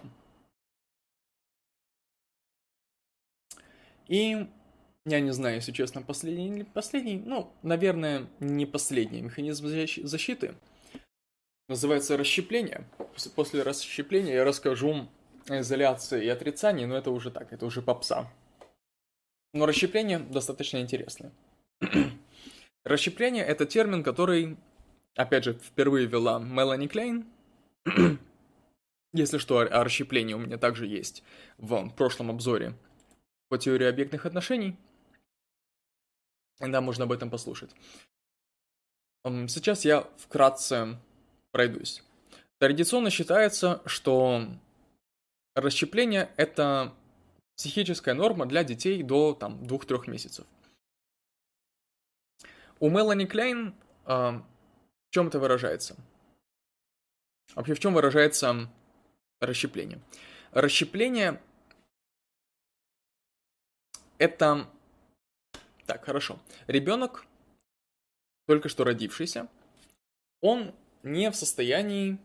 И я не знаю, если честно, последний или последний, ну, наверное, не последний механизм защиты. Называется расщепление. После расщепления я расскажу о изоляции и отрицании, но это уже так, это уже попса. Но расщепление достаточно интересное. Расщепление — это термин, который, опять же, впервые ввела Мелани Клейн. Если что, о расщеплении у меня также есть в прошлом обзоре по теории объектных отношений. Да, можно об этом послушать. Сейчас я вкратце пройдусь. Традиционно считается, что расщепление – это психическая норма для детей до там, двух-трёх месяцев. У Мелани Клейн э, в чем это выражается? Вообще, в чем выражается расщепление? Расщепление – это... Так, хорошо. Ребенок, только что родившийся, он не в состоянии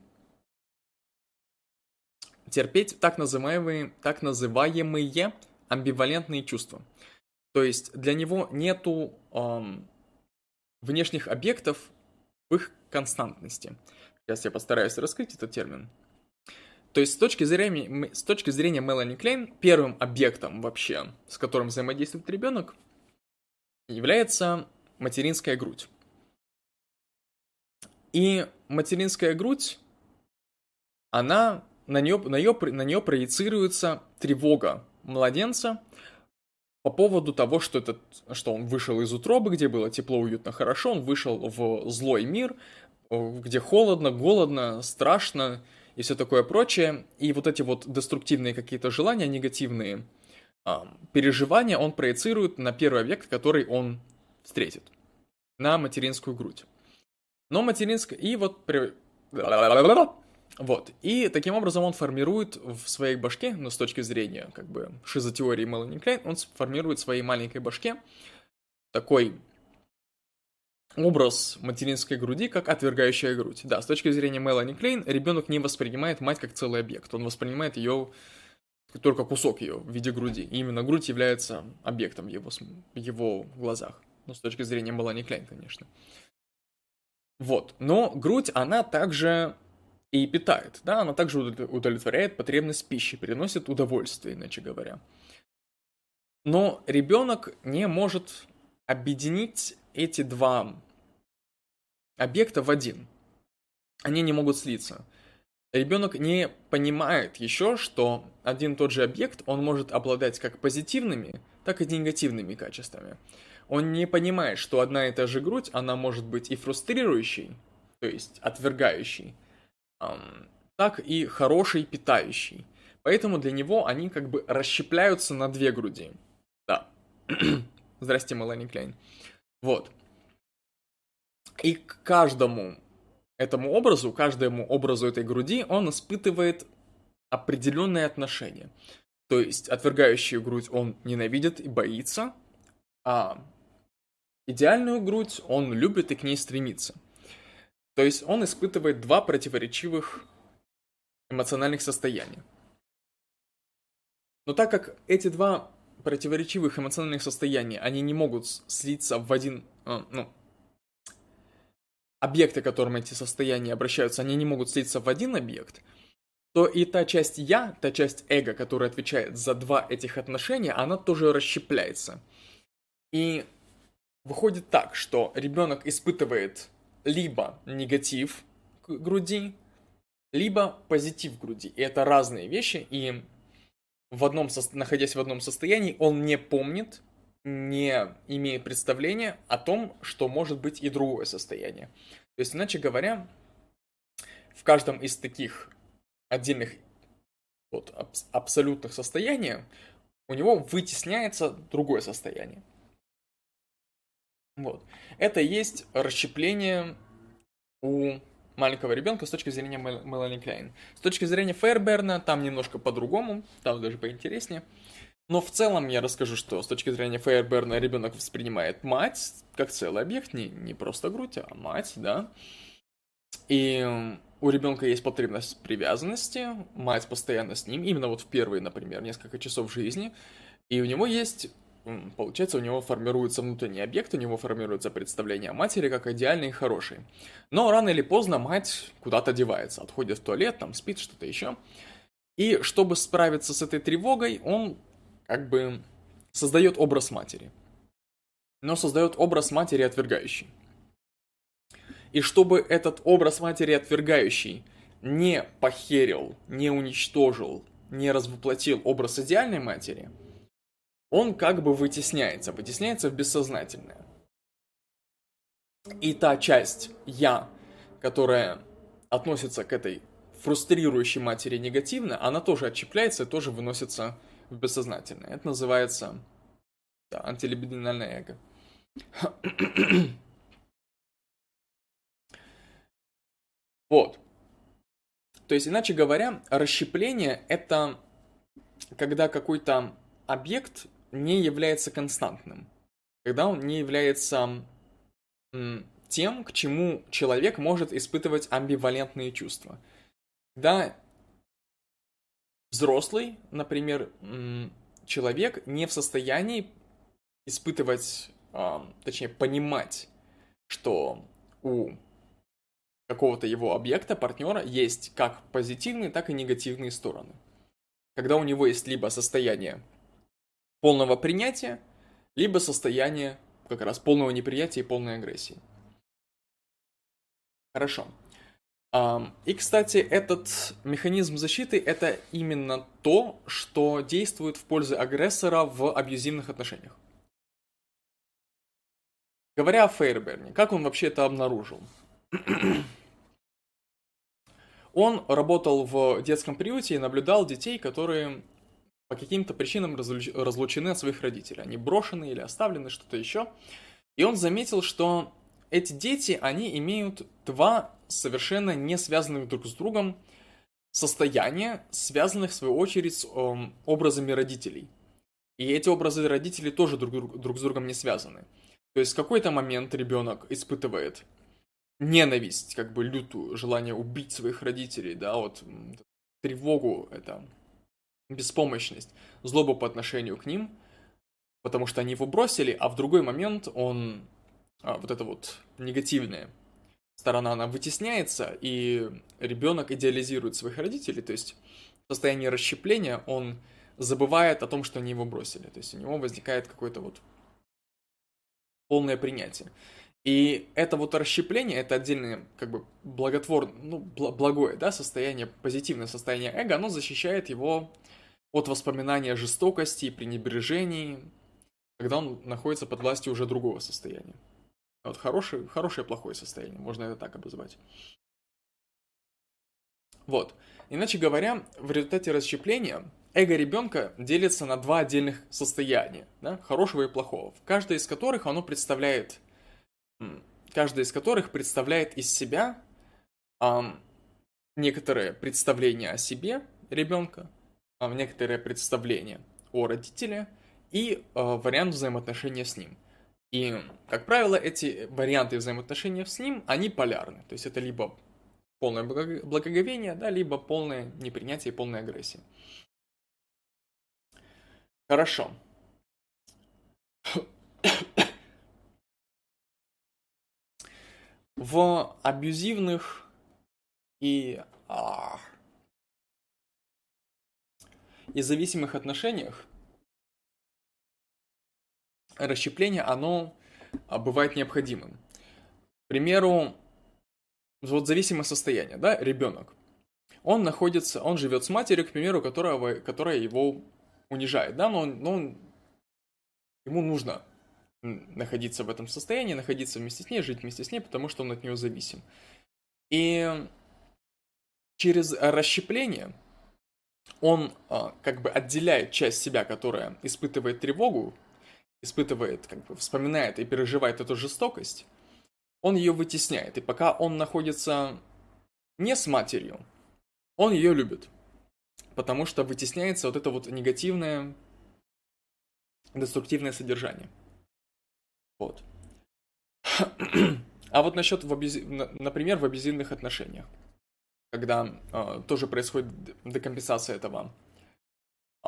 терпеть так называемые, так называемые амбивалентные чувства. То есть для него нету эм, внешних объектов в их константности. Сейчас я постараюсь раскрыть этот термин. То есть с точки зрения, с точки зрения Мелани Клейн, первым объектом вообще, с которым взаимодействует ребенок, является материнская грудь. И материнская грудь, она, на нее, на нее, на нее проецируется тревога младенца по поводу того, что, этот, что он вышел из утробы, где было тепло, уютно, хорошо, он вышел в злой мир, где холодно, голодно, страшно и все такое прочее. И вот эти вот деструктивные какие-то желания, негативные переживания он проецирует на первый объект, который он встретит. на материнскую грудь. Но материнская... И вот... При... Вот. И таким образом он формирует в своей башке, ну, с точки зрения, как бы, шизотеории Мелани Клейн, он формирует в своей маленькой башке такой образ материнской груди, как отвергающая грудь. Да, с точки зрения Мелани Клейн, ребенок не воспринимает мать как целый объект. Он воспринимает ее только кусок ее в виде груди. И именно грудь является объектом в его, в его глазах. Ну, с точки зрения Мелани Клейн, конечно. Вот. Но грудь, она также и питает, да, она также удовлетворяет потребность пищи, приносит удовольствие, иначе говоря. Но ребенок не может объединить эти два объекта в один. Они не могут слиться. Ребенок не понимает еще, что один и тот же объект, он может обладать как позитивными, так и негативными качествами. Он не понимает, что одна и та же грудь, она может быть и фрустрирующей, то есть отвергающей, так и хорошей, питающей. Поэтому для него они как бы расщепляются на две груди. Да. Здрасте, Мелани Клейн. Вот. И к каждому этому образу, каждому образу этой груди он испытывает определенные отношения. То есть отвергающую грудь он ненавидит и боится, а идеальную грудь он любит и к ней стремится. То есть он испытывает два противоречивых эмоциональных состояния. Но так как эти два противоречивых эмоциональных состояния, они не могут слиться в один, ну, объекты, к которым эти состояния обращаются, они не могут слиться в один объект, то и та часть «я», та часть эго, которая отвечает за два этих отношения, она тоже расщепляется. И выходит так, что ребенок испытывает либо негатив к груди, либо позитив к груди. И это разные вещи, и в одном, находясь в одном состоянии, он не помнит, не имеет представления о том, что может быть и другое состояние. То есть, иначе говоря, в каждом из таких отдельных вот, аб- абсолютных состояний у него вытесняется другое состояние. Вот. Это и есть расщепление у маленького ребенка с точки зрения Мел- Мелани Клейн. С точки зрения Фейерберна там немножко по-другому, там даже поинтереснее. Но в целом я расскажу, что с точки зрения Фейерберна ребенок воспринимает мать как целый объект, не, не просто грудь, а мать, да. И у ребенка есть потребность привязанности, мать постоянно с ним, именно вот в первые, например, несколько часов жизни. И у него есть, получается, у него формируется внутренний объект, у него формируется представление о матери как идеальной и хорошей. Но рано или поздно мать куда-то девается, отходит в туалет, там спит, что-то еще. И чтобы справиться с этой тревогой, он как бы создает образ матери. Но создает образ матери отвергающей. И чтобы этот образ матери отвергающей не похерил, не уничтожил, не развоплотил образ идеальной матери, он как бы вытесняется, вытесняется в бессознательное. И та часть «я», которая относится к этой фрустрирующей матери негативно, она тоже отщепляется и тоже выносится в бессознательное. Это называется, да, антилибидинальное эго. Вот. То есть, иначе говоря, расщепление — это когда какой-то объект не является константным. Когда он не является м, тем, к чему человек может испытывать амбивалентные чувства. Когда взрослый, например, м, человек не в состоянии испытывать, а, точнее, понимать, что у какого-то его объекта, партнера, есть как позитивные, так и негативные стороны. Когда у него есть либо состояние полного принятия, либо состояние как раз полного неприятия и полной агрессии. Хорошо. И, кстати, этот механизм защиты — это именно то, что действует в пользу агрессора в абьюзивных отношениях. Говоря о Фейерберне, как он вообще это обнаружил? Он работал в детском приюте и наблюдал детей, которые по каким-то причинам разлучены от своих родителей. Они брошены или оставлены, что-то еще. И он заметил, что эти дети, они имеют два совершенно не связанных друг с другом состояния, связанных в свою очередь с эм, образами родителей. И эти образы родителей тоже друг, друг, друг с другом не связаны. То есть в какой-то момент ребенок испытывает ненависть, как бы лютую, желание убить своих родителей, да, вот тревогу, это беспомощность, злобу по отношению к ним, потому что они его бросили, а в другой момент он, а, вот это вот негативная сторона, она вытесняется, и ребенок идеализирует своих родителей, то есть в состоянии расщепления он забывает о том, что они его бросили, то есть у него возникает какое-то вот полное принятие. И это вот расщепление, это отдельное, как бы, благотворное, ну, благое, да, состояние, позитивное состояние эго, оно защищает его от воспоминания о жестокости и пренебрежении, когда он находится под властью уже другого состояния. Вот хорошее, хорошее, плохое состояние, можно это так обозвать. Вот. Иначе говоря, в результате расщепления эго ребенка делится на два отдельных состояния, да, хорошего и плохого, каждое из которых оно представляет, каждое из которых представляет из себя эм, некоторое представление о себе ребенка, э, некоторое представление о родителе и э, вариант взаимоотношения с ним. И, как правило, эти варианты взаимоотношения с ним, они полярны. То есть это либо полное благоговение, да, либо полное непринятие и полная агрессия. Хорошо. В абьюзивных и, а, и зависимых отношениях расщепление, оно бывает необходимым. К примеру, вот зависимое состояние, да, ребенок. Он находится, он живет с матерью, к примеру, которого, которая его унижает, да, но, он, но он, ему нужно находиться в этом состоянии, находиться вместе с ней, жить вместе с ней, потому что он от нее зависим. И через расщепление он как бы отделяет часть себя, которая испытывает тревогу, испытывает, как бы вспоминает и переживает эту жестокость, он ее вытесняет. И пока он находится не с матерью, он ее любит. Потому что вытесняется вот это вот негативное, деструктивное содержание. Вот. А вот насчет, в абьюзи... например, в абьюзивных отношениях, когда э, тоже происходит декомпенсация этого, э,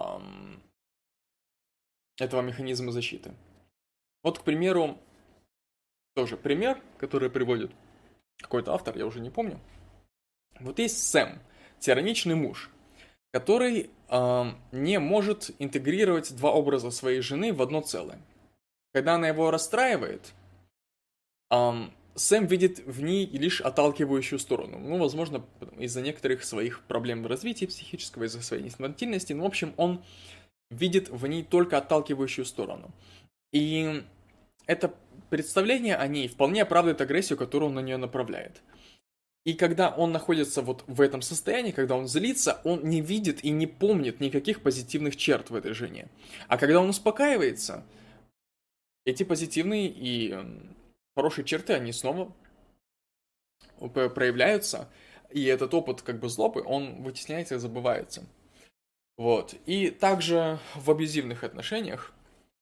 этого механизма защиты. Вот, к примеру, тоже пример, который приводит какой-то автор, я уже не помню. Вот есть Сэм, тираничный муж, который э, не может интегрировать два образа своей жены в одно целое. Когда она его расстраивает, э, Сэм видит в ней лишь отталкивающую сторону. Ну, возможно, из-за некоторых своих проблем в развитии психического, из-за своей нестандартности. Ну, в общем, он видит в ней только отталкивающую сторону. И это представление о ней вполне оправдывает агрессию, которую он на нее направляет. И когда он находится вот в этом состоянии, когда он злится, он не видит и не помнит никаких позитивных черт в этой жене. А когда он успокаивается, эти позитивные и хорошие черты, они снова проявляются, и этот опыт как бы злобы, он вытесняется и забывается. Вот. И также в абьюзивных отношениях,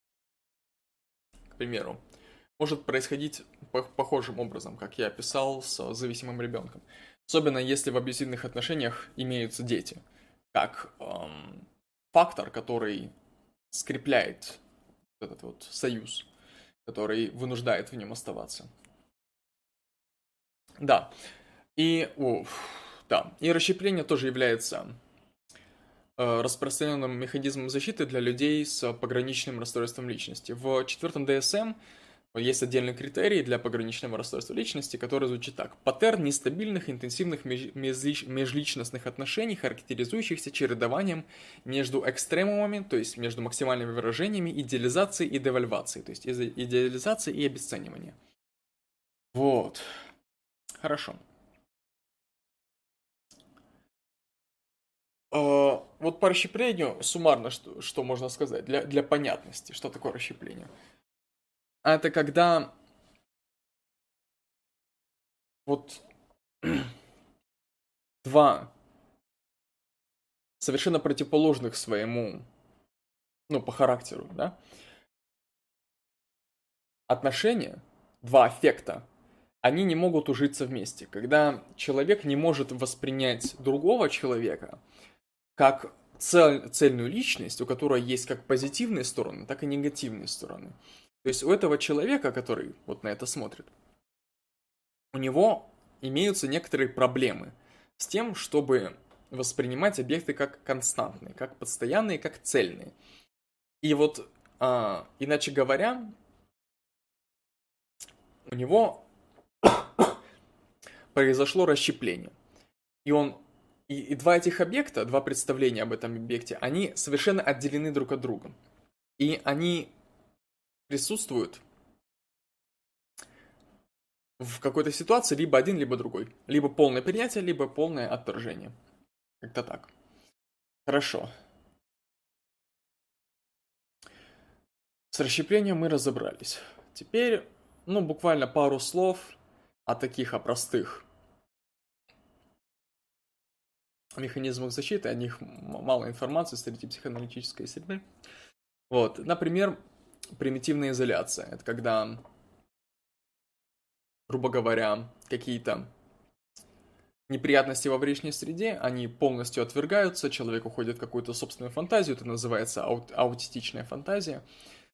к примеру, может происходить похожим образом, как я описал с зависимым ребенком. Особенно если в абьюзивных отношениях имеются дети, как эм, фактор, который скрепляет этот вот союз, который вынуждает в нем оставаться. Да. И, о, да. И расщепление тоже является э, распространенным механизмом защиты для людей с пограничным расстройством личности. В четвертом ди эс эм есть отдельный критерий для пограничного расстройства личности, который звучит так. Паттерн нестабильных, интенсивных межличностных отношений, характеризующихся чередованием между экстремумами, то есть между максимальными выражениями, идеализацией и девальвацией, то есть идеализацией и обесцениванием. Вот. Хорошо. Вот по расщеплению суммарно что, что можно сказать, для, для понятности, что такое расщепление. Это когда вот два совершенно противоположных своему, ну, по характеру, да, отношения, два аффекта, они не могут ужиться вместе. Когда человек не может воспринять другого человека как цель, цельную личность, у которой есть как позитивные стороны, так и негативные стороны. То есть у этого человека, который вот на это смотрит, у него имеются некоторые проблемы с тем, чтобы воспринимать объекты как константные, как постоянные, как цельные. И вот, а, иначе говоря, у него произошло расщепление. И он и, и два этих объекта, два представления об этом объекте, они совершенно отделены друг от друга. И они присутствуют в какой-то ситуации либо один, либо другой. Либо полное принятие, либо полное отторжение. Как-то так. Хорошо. С расщеплением мы разобрались. Теперь, ну, буквально пару слов о таких, о простых механизмах защиты, о них мало информации среди психоаналитической среды. Вот, например, примитивная изоляция. Это когда, грубо говоря, какие-то неприятности во внешней среде, они полностью отвергаются, человек уходит в какую-то собственную фантазию, это называется аут, аутистичная фантазия.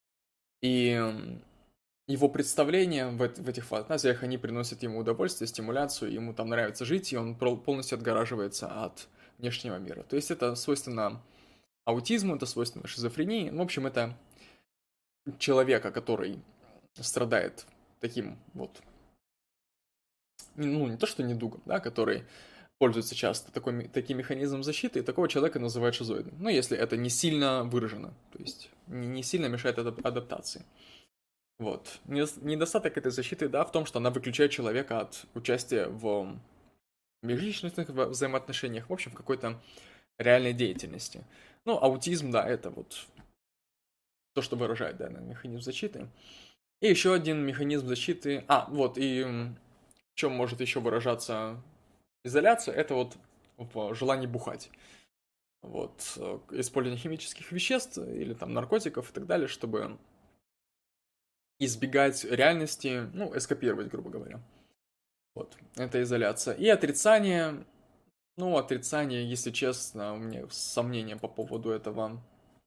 И его представления в, в этих фантазиях, они приносят ему удовольствие, стимуляцию, ему там нравится жить, и он полностью отгораживается от внешнего мира. То есть это свойственно аутизму, это свойственно шизофрении. В общем, это человека, который страдает таким вот, ну, не то что недугом, да, который пользуется часто такой, таким механизмом защиты, и такого человека называют шизоидом. Ну, если это не сильно выражено, то есть не, не сильно мешает адаптации. Вот. Недостаток этой защиты, да, в том, что она выключает человека от участия в межличностных взаимоотношениях, в общем, в какой-то реальной деятельности. Ну, аутизм, да, это вот то, что выражает данный механизм защиты. И еще один механизм защиты... А, вот, и в чем может еще выражаться изоляция, это вот в желании бухать. Вот, использование химических веществ или там наркотиков и так далее, чтобы избегать реальности, ну, эскапировать, грубо говоря. Вот, это изоляция. И отрицание, ну, отрицание, если честно, у меня сомнения по поводу этого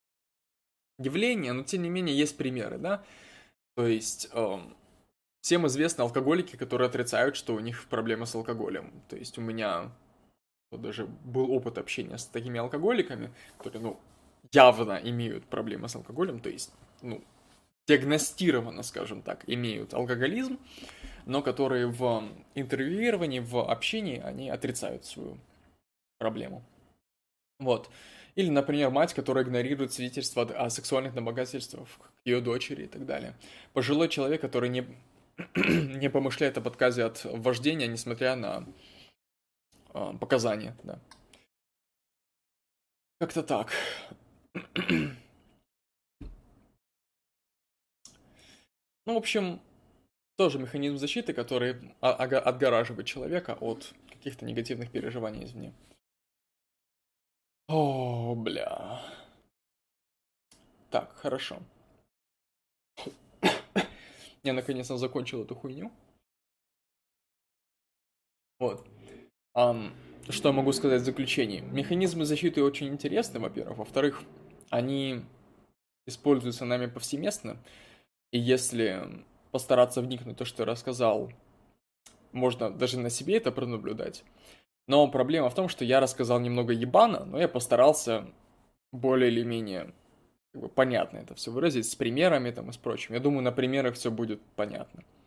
явления, но тем не менее есть примеры, да, то есть э, всем известны алкоголики, которые отрицают, что у них проблемы с алкоголем. То есть у меня вот даже был опыт общения с такими алкоголиками, которые, ну, явно имеют проблемы с алкоголем, то есть, ну, диагностированно, скажем так, имеют алкоголизм, но которые в интервьюировании, в общении, они отрицают свою проблему. Вот. Или, например, мать, которая игнорирует свидетельства о сексуальных домогательствах к ее дочери и так далее. Пожилой человек, который не, не помышляет об отказе от вождения, несмотря на э, показания. Да. Как-то так. Ну, в общем, тоже механизм защиты, который отгораживает человека от каких-то негативных переживаний извне. О, бля. Так, хорошо. Я наконец-то закончил эту хуйню. Вот. Um, что я могу сказать в заключении? Механизмы защиты очень интересны, во-первых. Во-вторых, они используются нами повсеместно. И если постараться вникнуть в то, что я рассказал, можно даже на себе это пронаблюдать. Но проблема в том, что я рассказал немного ебано, но я постарался более или менее как бы, понятно это все выразить, с примерами там и с прочим. Я думаю, на примерах все будет понятно.